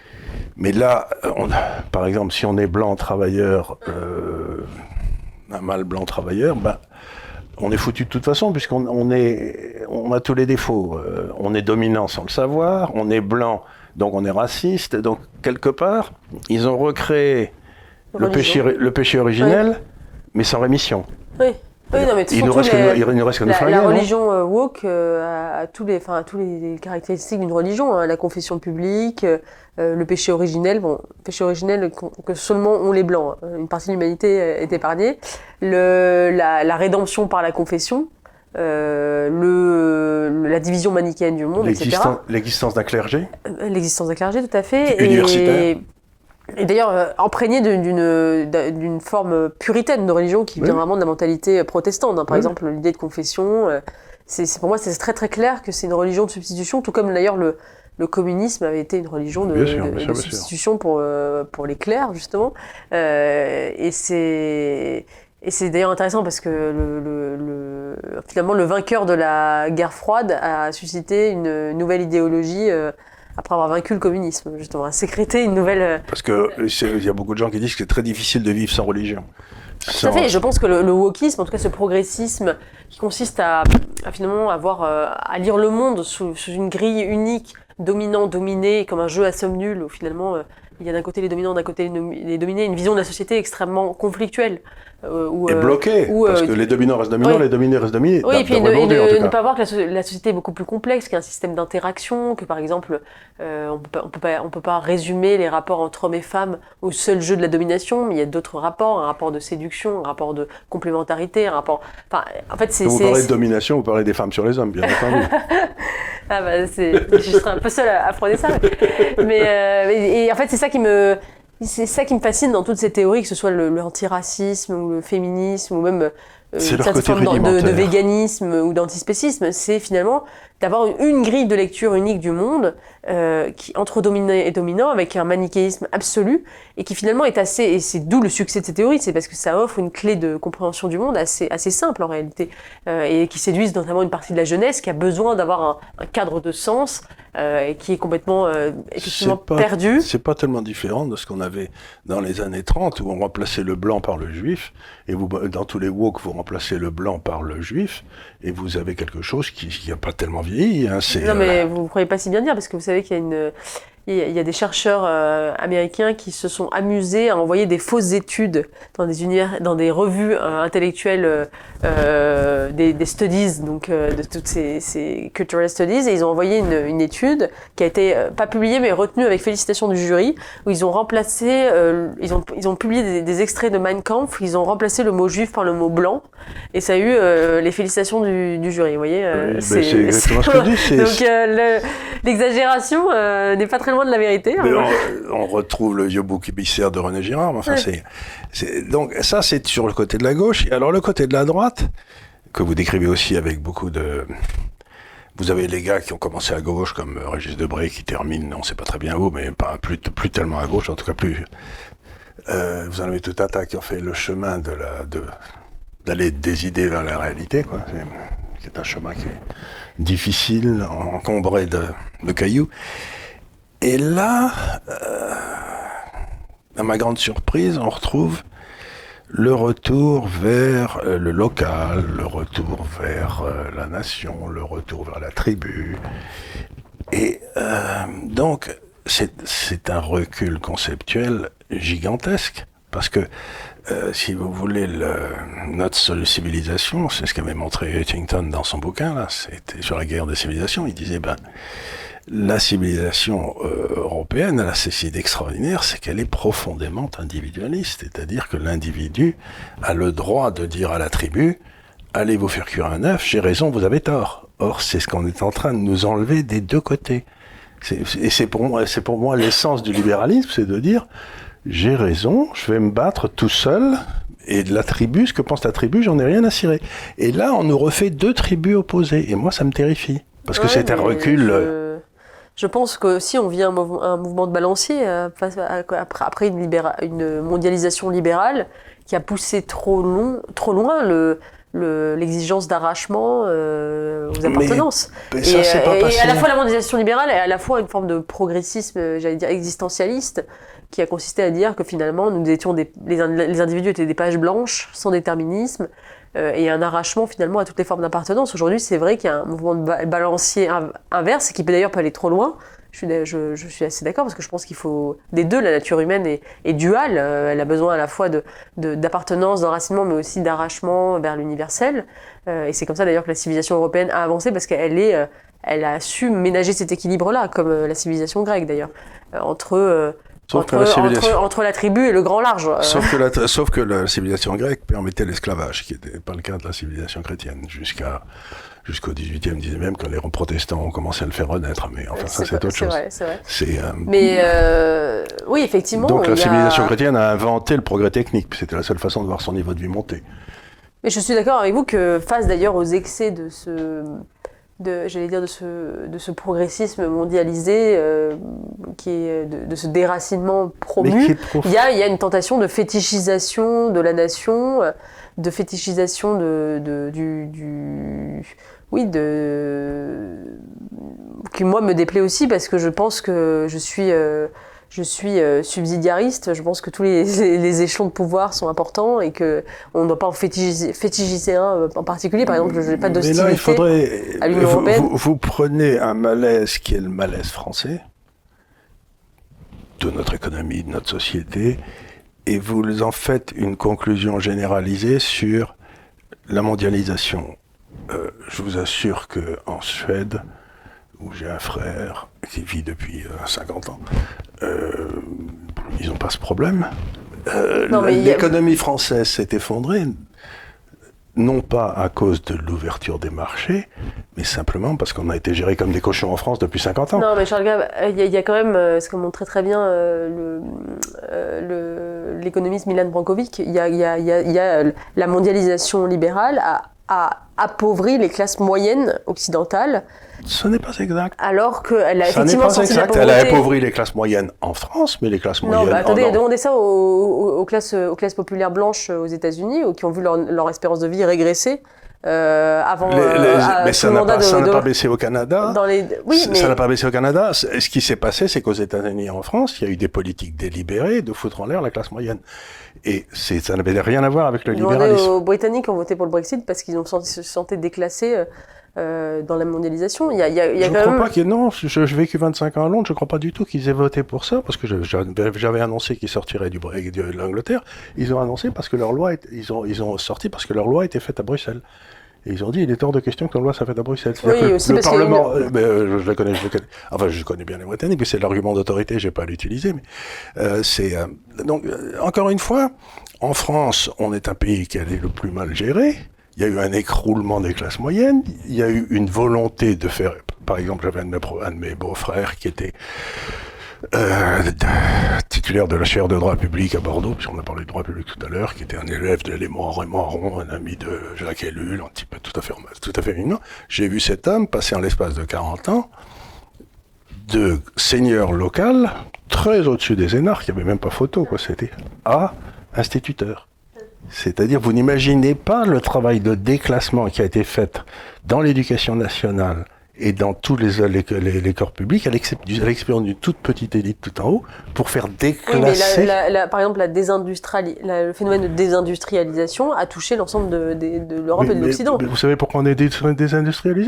Mais là, on, par exemple, si on est blanc travailleur, euh, un mâle blanc travailleur, ben, on est foutu de toute façon, puisqu'on on est, on a tous les défauts. Euh, on est dominant sans le savoir, on est blanc, donc on est raciste. Donc, quelque part, ils ont recréé le péché, le péché originel, oui. mais sans rémission. Oui. Oui, non, mais il ne reste, les, que, il ne reste que nous la, flinguer, la non religion euh, woke euh, a, a tous les, enfin, a tous les caractéristiques d'une religion, hein, la confession publique, euh, le péché originel, bon, péché originel que, que seulement ont les blancs, hein, une partie de l'humanité est épargnée, le, la, la rédemption par la confession, euh, le, la division manichéenne du monde, et cetera. L'existence d'un clergé. L'existence d'un clergé, tout à fait. Universitaire. Et, Et d'ailleurs, euh, imprégné d'une, d'une forme puritaine de religion qui vient oui. vraiment de la mentalité protestante. Hein. Par oui. exemple, l'idée de confession, euh, c'est, c'est, pour moi, c'est très très clair que c'est une religion de substitution, tout comme d'ailleurs le, le communisme avait été une religion de, sûr, de, sûr, de substitution pour, euh, pour les clercs, justement. Euh, et c'est... Et c'est d'ailleurs intéressant parce que le, le, le, finalement, le vainqueur de la guerre froide a suscité une nouvelle idéologie euh, après avoir vaincu le communisme, justement, a sécrété une nouvelle... Parce qu'il y a beaucoup de gens qui disent que c'est très difficile de vivre sans religion. Tout à fait, et je pense que le, le wokisme, en tout cas ce progressisme qui consiste à, à finalement avoir, euh, à lire le monde sous, sous une grille unique, dominant, dominé, comme un jeu à somme nulle, où finalement euh, il y a d'un côté les dominants, d'un côté les dominés, une vision de la société extrêmement conflictuelle. Euh, où, et bloqué, euh, parce euh, que les dominants restent dominants, oui. les dominés restent dominés. Oui, et puis de, et de, ne pas voir que la, la société est beaucoup plus complexe, qu'il y a un système d'interaction, que par exemple, euh, on peut, on peut pas, on peut pas résumer les rapports entre hommes et femmes au seul jeu de la domination, mais il y a d'autres rapports, un rapport de séduction, un rapport de complémentarité, un rapport... Enfin, en fait, c'est... Quand vous c'est, parlez c'est... de domination, vous parlez des femmes sur les hommes, bien entendu. Ah bah, c'est... je serais un peu seule à, à prôner ça. Mais, mais euh, et, et en fait, c'est ça qui me... C'est ça qui me fascine dans toutes ces théories, que ce soit le, le antiracisme ou le féminisme ou même euh, cette forme de, de véganisme ou d'antispécisme, c'est finalement d'avoir une, une grille de lecture unique du monde euh, qui entre dominé et dominant avec un manichéisme absolu et qui finalement est assez, et c'est d'où le succès de ces théories, c'est parce que ça offre une clé de compréhension du monde assez, assez simple en réalité euh, et qui séduisent notamment une partie de la jeunesse qui a besoin d'avoir un, un cadre de sens euh, et qui est complètement euh, effectivement c'est pas, perdu. C'est pas tellement différent de ce qu'on avait dans les années trente où on remplaçait le blanc par le juif et vous, dans tous les woke, vous remplacez le blanc par le juif et vous avez quelque chose qui n'a pas tellement vieilli. Hein, c'est, non mais euh, vous ne croyez pas si bien dire parce que vous savez qu'il y a une... Il y a des chercheurs euh, américains qui se sont amusés à envoyer des fausses études dans des, univers, dans des revues euh, intellectuelles, euh, des, des studies, donc euh, de toutes ces, ces cultural studies, et ils ont envoyé une, une étude qui a été euh, pas publiée mais retenue avec félicitations du jury, où ils ont remplacé, euh, ils ont ils ont publié des, des extraits de Mein Kampf, ils ont remplacé le mot juif par le mot blanc, et ça a eu euh, les félicitations du, du jury. Vous voyez, euh, oui, c'est, c'est exactement c'est... ce que je dis. C'est... Donc euh, le, l'exagération euh, n'est pas très loin de la vérité. Mais hein. on, on retrouve le vieux bouc émissaire de René Girard. Enfin, ouais. c'est, c'est, donc ça, c'est sur le côté de la gauche. Et alors le côté de la droite, que vous décrivez aussi avec beaucoup de... Vous avez les gars qui ont commencé à gauche, comme Régis Debray, qui termine, on ne sait pas très bien où, mais pas plus, plus tellement à gauche, en tout cas plus... Euh, vous en avez tout un tas qui ont fait le chemin de la, de, d'aller des idées vers la réalité, quoi. C'est, c'est un chemin qui est difficile, encombré de, de cailloux. Et là, euh, à ma grande surprise, on retrouve le retour vers euh, le local, le retour vers euh, la nation, le retour vers la tribu. Et euh, donc, c'est, c'est un recul conceptuel gigantesque, parce que euh, si vous voulez, le, notre civilisation, c'est ce qu'avait montré Huntington dans son bouquin, là, c'était sur la guerre des civilisations, il disait, ben, la civilisation euh, européenne, elle a ceci d'extraordinaire, c'est qu'elle est profondément individualiste, c'est-à-dire que l'individu a le droit de dire à la tribu, allez vous faire cuire un œuf, j'ai raison, vous avez tort. Or, c'est ce qu'on est en train de nous enlever des deux côtés. C'est, et c'est pour moi, c'est pour moi l'essence du libéralisme, c'est de dire, j'ai raison, je vais me battre tout seul, et de la tribu, ce que pense la tribu, j'en ai rien à cirer. Et là, on nous refait deux tribus opposées, et moi, ça me terrifie, parce que ouais, c'est un recul... Je... Je pense que si on vit un, mou- un mouvement de balancier euh, face à, après, après une, libéra- une mondialisation libérale qui a poussé trop, long, trop loin le, le, l'exigence d'arrachement euh, aux appartenances. Mais, mais ça, et, c'est pas et, passé. et à la fois la mondialisation libérale et à la fois une forme de progressisme, j'allais dire existentialiste, qui a consisté à dire que finalement nous étions des, les, les individus étaient des pages blanches sans déterminisme. Euh, et un arrachement finalement à toutes les formes d'appartenance. Aujourd'hui, c'est vrai qu'il y a un mouvement de ba- balancier in- inverse, qui peut d'ailleurs pas aller trop loin, je suis, je, je suis assez d'accord parce que je pense qu'il faut des deux. La nature humaine est, est duale. Euh, elle a besoin à la fois de, de, d'appartenance, d'enracinement, mais aussi d'arrachement vers l'universel. Euh, et c'est comme ça d'ailleurs que la civilisation européenne a avancé parce qu'elle est, euh, elle a su ménager cet équilibre-là, comme euh, la civilisation grecque d'ailleurs, euh, entre euh, Entre, la entre, entre la tribu et le grand large. Sauf que la, sauf que la civilisation grecque permettait l'esclavage, qui n'était pas le cas de la civilisation chrétienne, jusqu'à, jusqu'au dix-huitième, dix-neuvième, quand les protestants ont commencé à le faire renaître. Mais enfin, c'est ça, c'est pas, autre c'est chose. Vrai, c'est vrai. C'est, euh, mais euh, oui, effectivement. Donc la civilisation a... chrétienne a inventé le progrès technique. C'était la seule façon de voir son niveau de vie monter. Mais je suis d'accord avec vous que face d'ailleurs aux excès de ce... De, j'allais dire de ce, de ce progressisme mondialisé, euh, qui est de, de ce déracinement promu, il y a, il y a une tentation de fétichisation de la nation, de fétichisation de, de, du, du, oui, de, qui moi me déplaît aussi parce que je pense que je suis, euh, je suis euh, subsidiariste. Je pense que tous les, les, les échelons de pouvoir sont importants et que on ne doit pas en fétichiser, fétichiser un euh, en particulier. Par exemple, je n'ai pas d'hostilité. Mais là, il faudrait. À l'Union vous, européenne. Vous, vous prenez un malaise qui est le malaise français de notre économie, de notre société, et vous en faites une conclusion généralisée sur la mondialisation. Euh, je vous assure que en Suède, où j'ai un frère qui vit depuis euh, cinquante ans, euh, ils n'ont pas ce problème. Euh, non, la, l'économie a... française s'est effondrée, non pas à cause de l'ouverture des marchés, mais simplement parce qu'on a été géré comme des cochons en France depuis cinquante ans. Non, mais Charles Gave, il y, y a quand même, euh, ce que montre très bien euh, le, euh, le, l'économiste Milan Brankovic, il y a, y a, y a, y a la mondialisation libérale a, a appauvri les classes moyennes occidentales. Ce n'est pas exact. Alors qu'elle a Ça effectivement sorti de la pauvreté. Elle a appauvri les classes moyennes en France, mais les classes moyennes... Non, bah, attendez, en... demandez ça aux, aux, aux, classes, aux classes populaires blanches aux États-Unis, qui ont vu leur, leur espérance de vie régresser euh, avant les, les, euh, mais ça n'a pas, de, ça n'a de... pas baissé au Canada. Dans les... Oui, mais... Ça n'a pas baissé au Canada. Ce qui s'est passé, c'est qu'aux États-Unis et en France, il y a eu des politiques délibérées de foutre en l'air la classe moyenne. Et c'est, ça n'avait rien à voir avec le Demandez libéralisme. aux Britanniques qui ont voté pour le Brexit parce qu'ils ont senti, se sentaient déclassés euh, Euh, dans la mondialisation. Il y a, il y a, il y a je quand ne crois même... pas qu'il y ait, non, je, j'ai vécu vingt-cinq ans à Londres, je ne crois pas du tout qu'ils aient voté pour ça, parce que je, j'avais annoncé qu'ils sortiraient du, de l'Angleterre. Ils ont annoncé parce que leur loi, est, ils, ont, ils ont sorti parce que leur loi était faite à Bruxelles. Et ils ont dit, il est hors de question que la loi soit faite à Bruxelles. Oui, que aussi le parce Parlement, qu'il... euh, mais, euh, je, je, connais, je connais, enfin, je connais bien les Britanniques, mais c'est l'argument d'autorité, je n'ai pas à l'utiliser. Mais euh, c'est euh, donc euh, encore une fois, en France, on est un pays qui est le plus mal géré. Il y a eu un écroulement des classes moyennes, il y a eu une volonté de faire... Par exemple, j'avais un de mes, un de mes beaux-frères qui était euh, titulaire de la chaire de droit public à Bordeaux, puisqu'on a parlé de droit public tout à l'heure, qui était un élève de Léman Raymond Aron, un ami de Jacques Ellul, un type tout à fait, tout à fait humain. J'ai vu cet homme passer en l'espace de quarante ans de seigneur local, très au-dessus des énarques, il n'y avait même pas photo, quoi, c'était, à instituteur. C'est-à-dire, vous n'imaginez pas le travail de déclassement qui a été fait dans l'éducation nationale et dans tous les, les, les, les corps publics, à l'exception d'une toute petite élite tout en haut, pour faire déclasser... Oui, mais la, la, la, par exemple, la désindustriali... la, le phénomène de désindustrialisation a touché l'ensemble de, de, de l'Europe mais, et de l'Occident. Mais, mais vous savez pourquoi on est désindustrialisé ?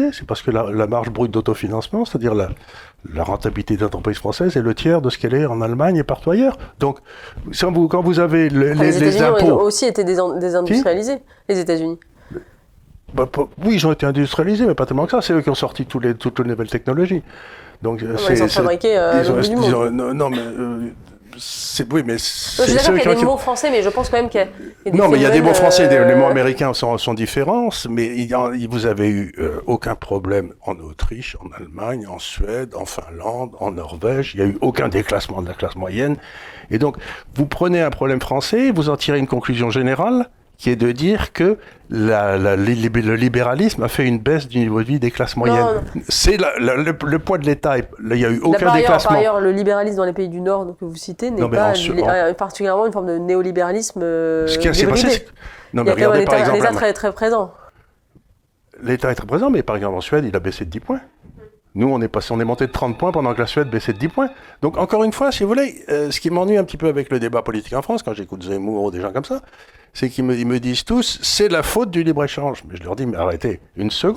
C'est parce que la, la marge brute d'autofinancement, c'est-à-dire la, la rentabilité des entreprises françaises, est le tiers de ce qu'elle est en Allemagne et partout ailleurs. Donc, quand vous, quand vous avez le, enfin, les, les, les impôts... Les ont aussi été désindustrialisés, les États-Unis. Bah, oui, ils ont été industrialisés, mais pas tellement que ça. C'est eux qui ont sorti tous les, toutes les nouvelles technologies. Donc, ouais, c'est, ils ont fabriqué euh, l'autre du monde. Ont, non, non, mais... Euh, c'est, oui, mais c'est, je suis d'accord qu'il y a des mots français, mais je pense quand même qu'il y a, il y a des non, mais il y a des mots français, euh... les mots américains sont, sont différents, mais il y a, vous avez eu euh, aucun problème en Autriche, en Allemagne, en Suède, en Finlande, en Norvège. Il n'y a eu aucun déclassement de la classe moyenne. Et donc, vous prenez un problème français, vous en tirez une conclusion générale, qui est de dire que la, la, le libéralisme a fait une baisse du niveau de vie des classes moyennes. Non, non. C'est la, la, le, le poids de l'État. Il n'y a eu aucun par ailleurs, déclassement. Par ailleurs, le libéralisme dans les pays du Nord que vous citez n'est non, pas en, en... particulièrement une forme de néolibéralisme euh, Ce qui s'est passé, c'est... Non, mais il y a regardez, par exemple... L'État très, très présent. L'État est très présent, mais par exemple en Suède, il a baissé de dix points. Nous, on est, passé, on est monté de trente points pendant que la Suède baissait de dix points. Donc, encore une fois, si vous voulez, euh, ce qui m'ennuie un petit peu avec le débat politique en France, quand j'écoute Zemmour ou des gens comme ça, c'est qu'ils me, ils me disent tous, c'est la faute du libre-échange. Mais je leur dis, mais arrêtez, une seconde.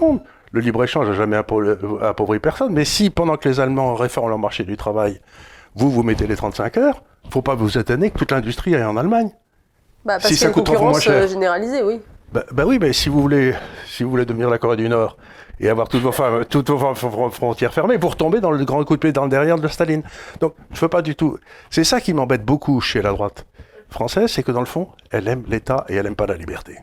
le libre-échange n'a jamais appauvri personne, mais si pendant que les Allemands réforment leur marché du travail, vous, vous mettez les trente-cinq heures, il ne faut pas vous étonner que toute l'industrie aille en Allemagne. Bah, parce si qu'il y a une concurrence généralisée, oui. Bah, bah oui, mais si vous voulez, si vous voulez devenir la Corée du Nord et avoir toutes vos, femmes, toutes vos frontières fermées, vous retombez dans le grand coup de pied dans le derrière de Staline. Donc, je ne veux pas du tout... C'est ça qui m'embête beaucoup chez la droite française, c'est que dans le fond, elle aime l'État et elle n'aime pas la liberté.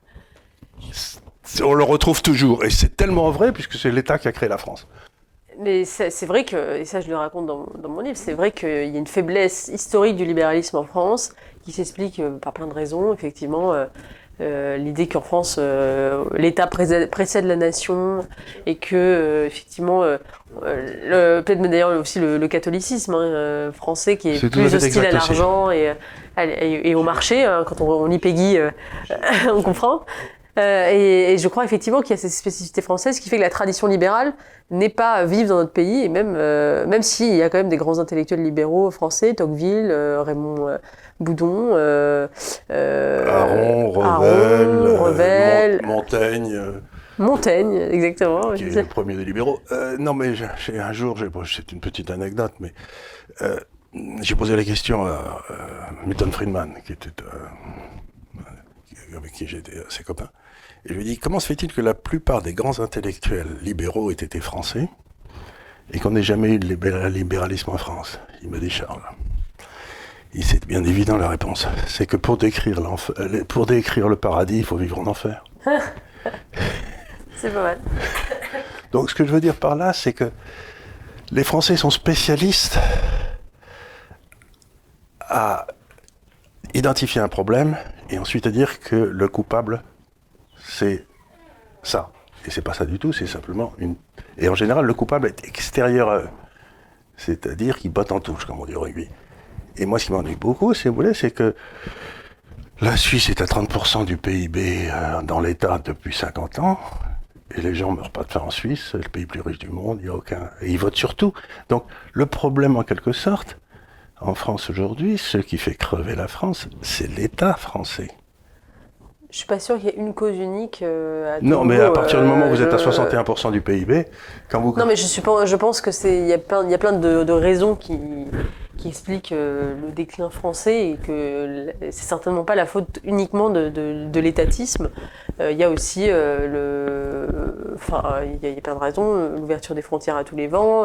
On le retrouve toujours, et c'est tellement vrai, puisque c'est l'État qui a créé la France. Mais c'est vrai que, et ça je le raconte dans, dans mon livre, c'est vrai qu'il y a une faiblesse historique du libéralisme en France, qui s'explique par plein de raisons, effectivement... Euh, Euh, l'idée qu'en France, euh, l'État précède, précède la nation et que, euh, effectivement, euh, le, peut-être d'ailleurs aussi le, le catholicisme hein, euh, français qui est, est plus hostile à l'argent et, et, et au marché. Hein, quand on, on lit Peggy, euh, on comprend. Euh, et, et je crois effectivement qu'il y a cette spécificité française qui fait que la tradition libérale n'est pas vive dans notre pays, et même, euh, même s'il y a quand même des grands intellectuels libéraux français, Tocqueville, euh, Raymond euh, Boudon, euh, euh, Aron, Revel, Aron, Revel euh, Mont Montaigne. Euh, Montaigne, exactement. Qui est le premier des libéraux. Euh, non, mais j'ai, un jour, j'ai, bon, c'est une petite anecdote, mais euh, j'ai posé la question à euh, Milton Friedman, qui était euh, avec qui j'étais ses copains. Et je lui ai dit, comment se fait-il que la plupart des grands intellectuels libéraux aient été français et qu'on n'ait jamais eu de libéralisme en France? Il m'a dit, Charles, et c'est bien évident la réponse, c'est que pour décrire, pour décrire le paradis, il faut vivre en enfer. C'est pas mal. Donc ce que je veux dire par là, c'est que les Français sont spécialistes à identifier un problème et ensuite à dire que le coupable, c'est ça. Et c'est pas ça du tout, c'est simplement une... Et en général, le coupable est extérieur à eux. C'est-à-dire qu'il botte en touche, comme on dit au rugby. Et moi, ce qui m'ennuie beaucoup, si vous voulez, c'est que la Suisse est à trente pour cent du P I B euh, dans l'État depuis cinquante ans. Et les gens ne meurent pas de faim en Suisse, c'est le pays le plus riche du monde, il n'y a aucun... Et ils votent sur tout. Donc, le problème, en quelque sorte, en France aujourd'hui, ce qui fait crever la France, c'est l'État français. Je suis pas sûr qu'il y ait une cause unique euh, à tout Non, mais niveau, à partir du moment où vous euh, êtes à soixante et un pour cent du P I B, quand vous... Non, mais je, suis pas, je pense que c'est, il y a plein, il y a plein de, de raisons qui, qui expliquent euh, le déclin français et que c'est certainement pas la faute uniquement de, de, de l'étatisme. Euh, il y a aussi euh, le, enfin, il y, a, il y a plein de raisons, l'ouverture des frontières à tous les vents,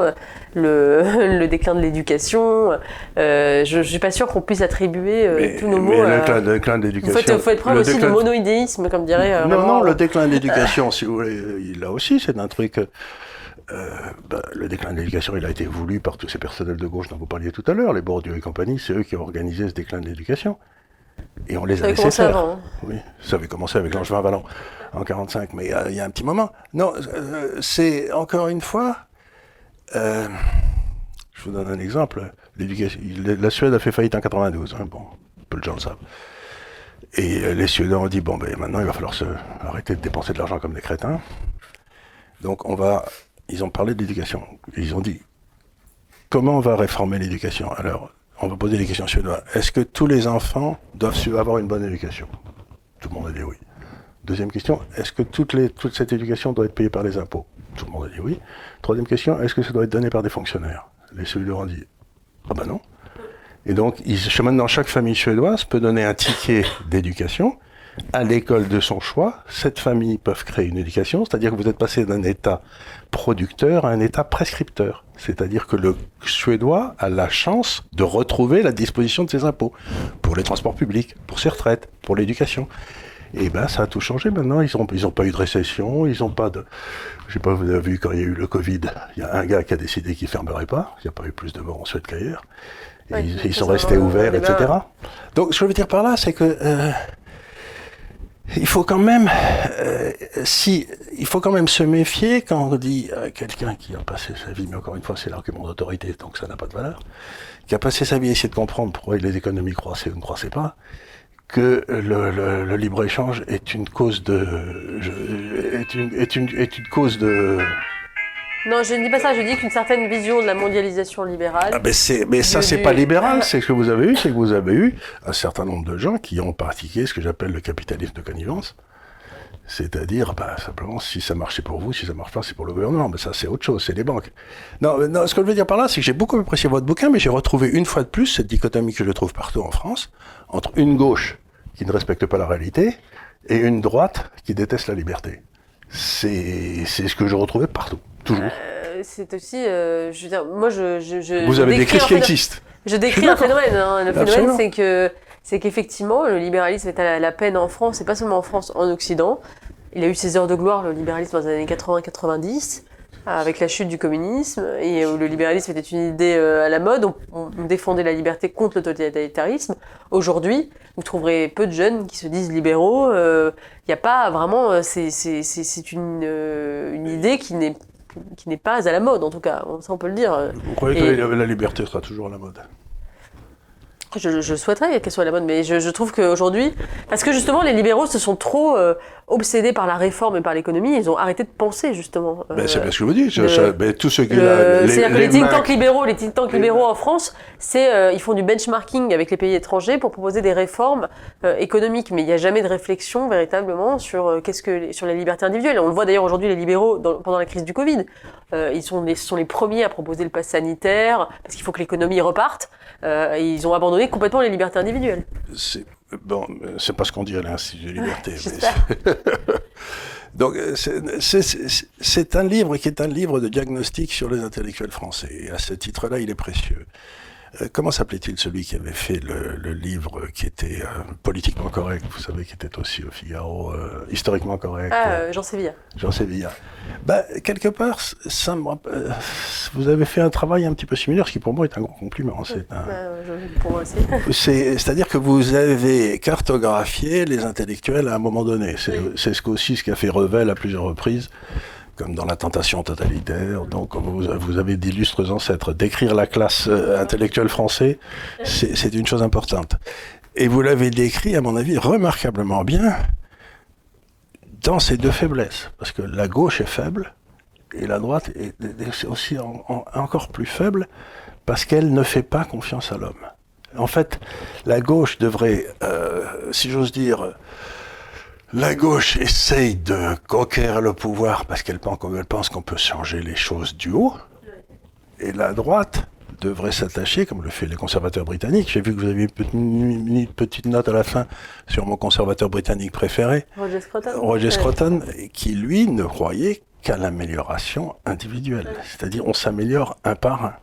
le, le déclin de l'éducation. Euh, je, je suis pas sûr qu'on puisse attribuer euh, mais, tous nos mais mots. Mais à... le déclin de l'éducation. Vous faites, vous faites preuve aussi déclin... de monoïdéisme, comme dirait. Euh, non, vraiment... non, le déclin de l'éducation, si vous voulez, là aussi, c'est un truc. Euh, bah, le déclin de l'éducation, il a été voulu par tous ces personnels de gauche dont vous parliez tout à l'heure, les Bourdieu et compagnie, c'est eux qui ont organisé ce déclin de l'éducation. Et on les a laissés faire. Avant, hein. Oui, ça avait commencé avec Langevin Vallon en quarante-cinq, mais euh, il y a un petit moment. Non, euh, c'est encore une fois. Euh, je vous donne un exemple. L'éducation, la Suède a fait faillite en quatre-vingt-douze. Hein, bon, peu de gens le savent. Et euh, les Suédois ont dit bon, ben maintenant il va falloir se arrêter de dépenser de l'argent comme des crétins. Donc on va. Ils ont parlé de l'éducation. Ils ont dit comment on va réformer l'éducation. Alors. On va poser des questions suédoises. Est-ce que tous les enfants doivent avoir une bonne éducation? Tout le monde a dit oui. Deuxième question, est-ce que toute, les, toute cette éducation doit être payée par les impôts? Tout le monde a dit oui. Troisième question, est-ce que ça doit être donné par des fonctionnaires? Les Suédois ont dit ah ben non. Et donc, ils, maintenant, chaque famille suédoise peut donner un ticket d'éducation à l'école de son choix. Cette famille peut créer une éducation, c'est-à-dire que vous êtes passé d'un état producteur à un état prescripteur. C'est-à-dire que le Suédois a la chance de retrouver la disposition de ses impôts pour les transports publics, pour ses retraites, pour l'éducation. Et ben ça a tout changé maintenant. Ils n'ont ils ont pas eu de récession, ils n'ont pas de... Je sais pas, vous avez vu quand il y a eu le Covid, il y a un gars qui a décidé qu'il ne fermerait pas. Il n'y a pas eu plus de morts en Suède qu'ailleurs. Et ouais, ils, ils sont restés ouverts, et cetera. Donc ce que je veux dire par là, c'est que... Euh, Il faut quand même, euh, si, il faut quand même se méfier quand on dit à quelqu'un qui a passé sa vie, mais encore une fois c'est l'argument d'autorité, donc ça n'a pas de valeur, qui a passé sa vie à essayer de comprendre pourquoi les économies croissaient ou ne croissaient pas, que le, le, le libre-échange est une cause de, est une, est une, est une cause de... Non, je ne dis pas ça, je dis qu'une certaine vision de la mondialisation libérale... Ah ben c'est, mais ça, c'est pas libéral, c'est ce que vous avez eu, c'est que vous avez eu un certain nombre de gens qui ont pratiqué ce que j'appelle le capitalisme de connivence, C'est-à-dire, bah, simplement, si ça marchait pour vous, si ça marche pas, c'est pour le gouvernement. Mais ça, c'est autre chose, c'est les banques. Non, non, ce que je veux dire par là, c'est que j'ai beaucoup apprécié votre bouquin, mais j'ai retrouvé une fois de plus cette dichotomie que je trouve partout en France, entre une gauche qui ne respecte pas la réalité et une droite qui déteste la liberté. C'est, c'est ce que je retrouvais partout, toujours. Euh, c'est aussi, euh, je veux dire, moi, je, je, je vous avez décrit ce qui phénomène, existe. Je décris un phénomène. Hein. Le phénomène, Absolument. c'est que c'est qu'effectivement, le libéralisme est à la, la peine en France, et pas seulement en France, en Occident. Il a eu ses heures de gloire, le libéralisme, dans les années quatre-vingts quatre-vingt-dix, avec la chute du communisme, et où le libéralisme était une idée euh, à la mode. On, on défendait la liberté contre le totalitarisme. Aujourd'hui, vous trouverez peu de jeunes qui se disent libéraux. Il euh, n'y a pas vraiment... C'est, c'est, c'est, c'est une, euh, une idée qui n'est, qui n'est pas à la mode, en tout cas. Ça, on peut le dire. Vous croyez et... que la, la liberté sera toujours à la mode ? Je, je souhaiterais qu'elle soit à la mode, mais je, je trouve qu'aujourd'hui, parce que justement les libéraux se sont trop euh, obsédés par la réforme et par l'économie, ils ont arrêté de penser justement. Euh, ben, c'est bien ce que je vous dis. Le, ça, ben, tout ce qui le, a, les, c'est-à-dire que les les think mains... tanks libéraux, les think tanks libéraux en France, c'est euh, ils font du benchmarking avec les pays étrangers pour proposer des réformes euh, économiques, mais il n'y a jamais de réflexion véritablement sur euh, qu'est-ce que sur la liberté individuelle. On le voit d'ailleurs aujourd'hui les libéraux dans, pendant la crise du Covid, euh, ils sont les, sont les premiers à proposer le pass sanitaire parce qu'il faut que l'économie reparte. Euh, et ils ont abandonné complètement les libertés individuelles. C'est, bon, c'est pas ce qu'on dit à l'Institut de liberté. mais Donc, c'est, c'est, c'est, c'est un livre qui est un livre de diagnostic sur les intellectuels français. Et à ce titre-là, il est précieux. Euh, comment s'appelait-il celui qui avait fait le, le livre qui était euh, politiquement correct, vous savez, qui était aussi au Figaro, euh, historiquement correct. Ah, euh, Jean Sévilla. Jean Sévilla. Bah, quelque part, ça me, euh, vous avez fait un travail un petit peu similaire, ce qui pour moi est un grand compliment. C'est un, bah, je, pour moi aussi. c'est, c'est-à-dire que vous avez cartographié les intellectuels à un moment donné. C'est, oui. c'est ce qu'aussi ce qu'a fait Revel à plusieurs reprises, comme dans La Tentation totalitaire. Donc vous, vous avez d'illustres ancêtres. Décrire la classe euh, intellectuelle française, c'est, c'est une chose importante. Et vous l'avez décrit, à mon avis, remarquablement bien dans ses deux faiblesses. Parce que la gauche est faible, et la droite est, est aussi en, en, encore plus faible, parce qu'elle ne fait pas confiance à l'homme. En fait, la gauche devrait, euh, si j'ose dire, la gauche essaye de conquérir le pouvoir parce qu'elle pense, elle pense qu'on peut changer les choses du haut, et la droite devrait s'attacher, comme le fait les conservateurs britanniques. J'ai vu que vous aviez mis une petite note à la fin sur mon conservateur britannique préféré, Roger Scruton, Roger Scruton, ouais. Qui lui ne croyait qu'à l'amélioration individuelle, ouais. C'est-à-dire on s'améliore un par un.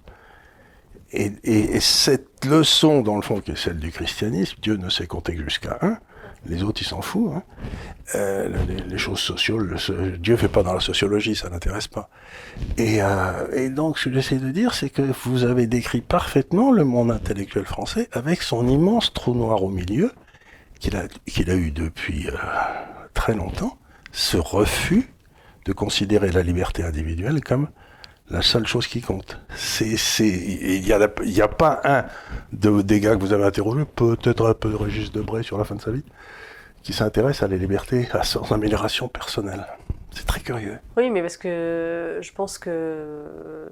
Et, et, et cette leçon, dans le fond, qui est celle du christianisme, Dieu ne sait compter que jusqu'à un, les autres, ils s'en foutent. Hein. Euh, les, les choses sociales, le, Dieu ne fait pas dans la sociologie, ça n'intéresse pas. Et, euh, et donc, ce que j'essaie de dire, c'est que vous avez décrit parfaitement le monde intellectuel français avec son immense trou noir au milieu, qu'il a, qu'il a eu depuis euh, très longtemps, ce refus de considérer la liberté individuelle comme la seule chose qui compte. C'est, c'est, il y a, il y a pas un de, des gars que vous avez interrogé, peut-être un peu de Régis Debray sur la fin de sa vie, qui s'intéresse à la liberté, à son amélioration personnelle. C'est très curieux. Oui, mais parce que je pense que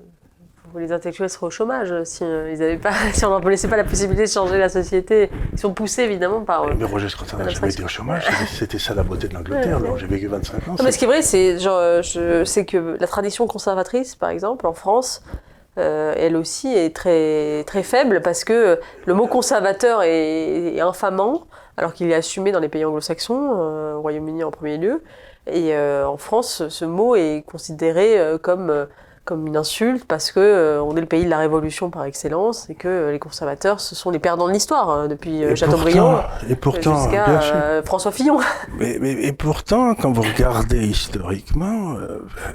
les intellectuels seraient au chômage si euh, ils avaient pas, si on ne laissait pas la possibilité de changer la société. Ils sont poussés évidemment par. Euh, mais Roger Scruton n'a jamais été au chômage. C'était ça la beauté de l'Angleterre. Ouais, ouais. J'ai vécu vingt-cinq ans. Non, mais ce qui est vrai, c'est genre, je sais que la tradition conservatrice, par exemple, en France, euh, elle aussi est très très faible parce que le mot conservateur est, est infamant, alors qu'il est assumé dans les pays anglo-saxons, euh, au Royaume-Uni en premier lieu, et euh, en France, ce mot est considéré euh, comme euh, comme une insulte parce que euh, on est le pays de la Révolution par excellence et que euh, les conservateurs ce sont les perdants de l'histoire hein, depuis euh, Chateaubriand et pourtant, jusqu'à bien sûr. Euh, François Fillon. Mais, mais et pourtant, quand vous regardez historiquement, euh,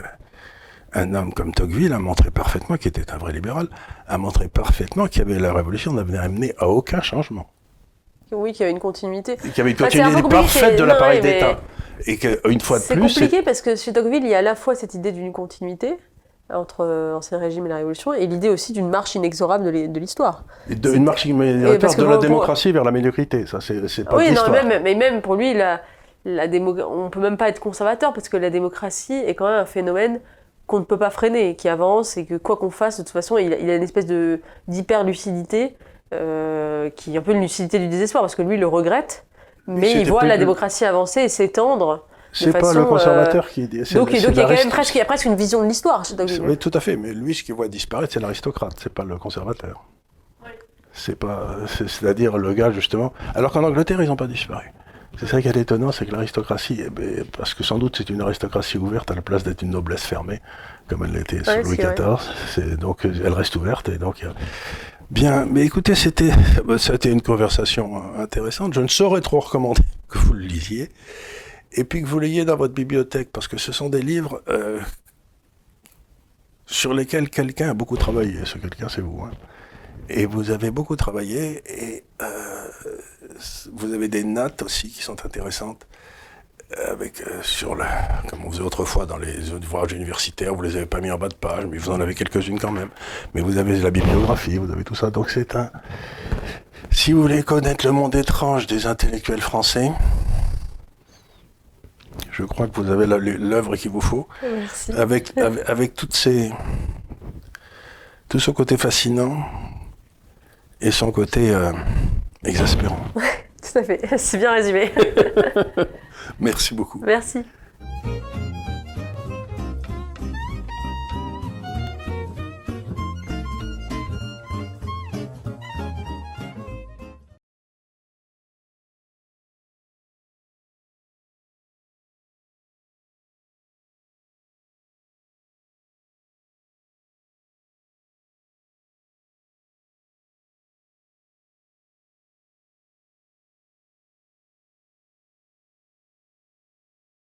un homme comme Tocqueville a montré parfaitement, qui était un vrai libéral, a montré parfaitement qu'il y avait la Révolution n'avait amené à aucun changement. Oui, qu'il y avait une continuité. Et qu'il y avait une continuité enfin, parfaite de non, l'appareil mais d'État. Et qu'une fois de c'est plus, compliqué c'est... parce que chez Tocqueville, il y a à la fois cette idée d'une continuité entre l'Ancien Régime et la Révolution, et l'idée aussi d'une marche inexorable de l'histoire. De, une marche inexorable de la démocratie pour... vers la médiocrité, ça c'est, c'est pas oui, l'histoire. Oui, même, mais même pour lui, la, la démo... on peut même pas être conservateur, parce que la démocratie est quand même un phénomène qu'on ne peut pas freiner, qui avance, et que quoi qu'on fasse, de toute façon, il a, il a une espèce de, d'hyper-lucidité, euh, qui est un peu une lucidité du désespoir, parce que lui, il le regrette, mais il voit la démocratie avancer et s'étendre. C'est pas le conservateur euh... qui... C'est, donc, c'est donc il y a quand même presque, il y a presque une vision de l'histoire. Oui, tout à fait. Mais lui, ce qu'il voit disparaître, c'est l'aristocrate, c'est pas le conservateur. Oui. C'est pas... C'est, c'est-à-dire le gars, justement... Alors qu'en Angleterre, ils n'ont pas disparu. C'est ça qui est étonnant, c'est que l'aristocratie, eh bien, parce que sans doute c'est une aristocratie ouverte à la place d'être une noblesse fermée, comme elle l'était sous ouais, Louis quatorze. C'est, donc elle reste ouverte et donc... Bien, mais écoutez, c'était, c'était une conversation intéressante. Je ne saurais trop recommander que vous le lisiez et puis que vous l'ayez dans votre bibliothèque, parce que ce sont des livres euh, sur lesquels quelqu'un a beaucoup travaillé. Ce quelqu'un, c'est vous. Hein. Et vous avez beaucoup travaillé et euh, vous avez des notes aussi qui sont intéressantes. Avec, euh, sur la, comme on faisait autrefois dans les ouvrages universitaires, vous les avez pas mis en bas de page, mais vous en avez quelques-unes quand même. Mais vous avez la bibliographie, vous avez tout ça. Donc c'est un... Si vous voulez connaître le monde étrange des intellectuels français, je crois que vous avez la, l'œuvre qu'il vous faut. Merci. Avec, avec, avec toutes ces... tout ce côté fascinant et son côté euh, exaspérant. Tout à fait, c'est bien résumé. Merci beaucoup. Merci.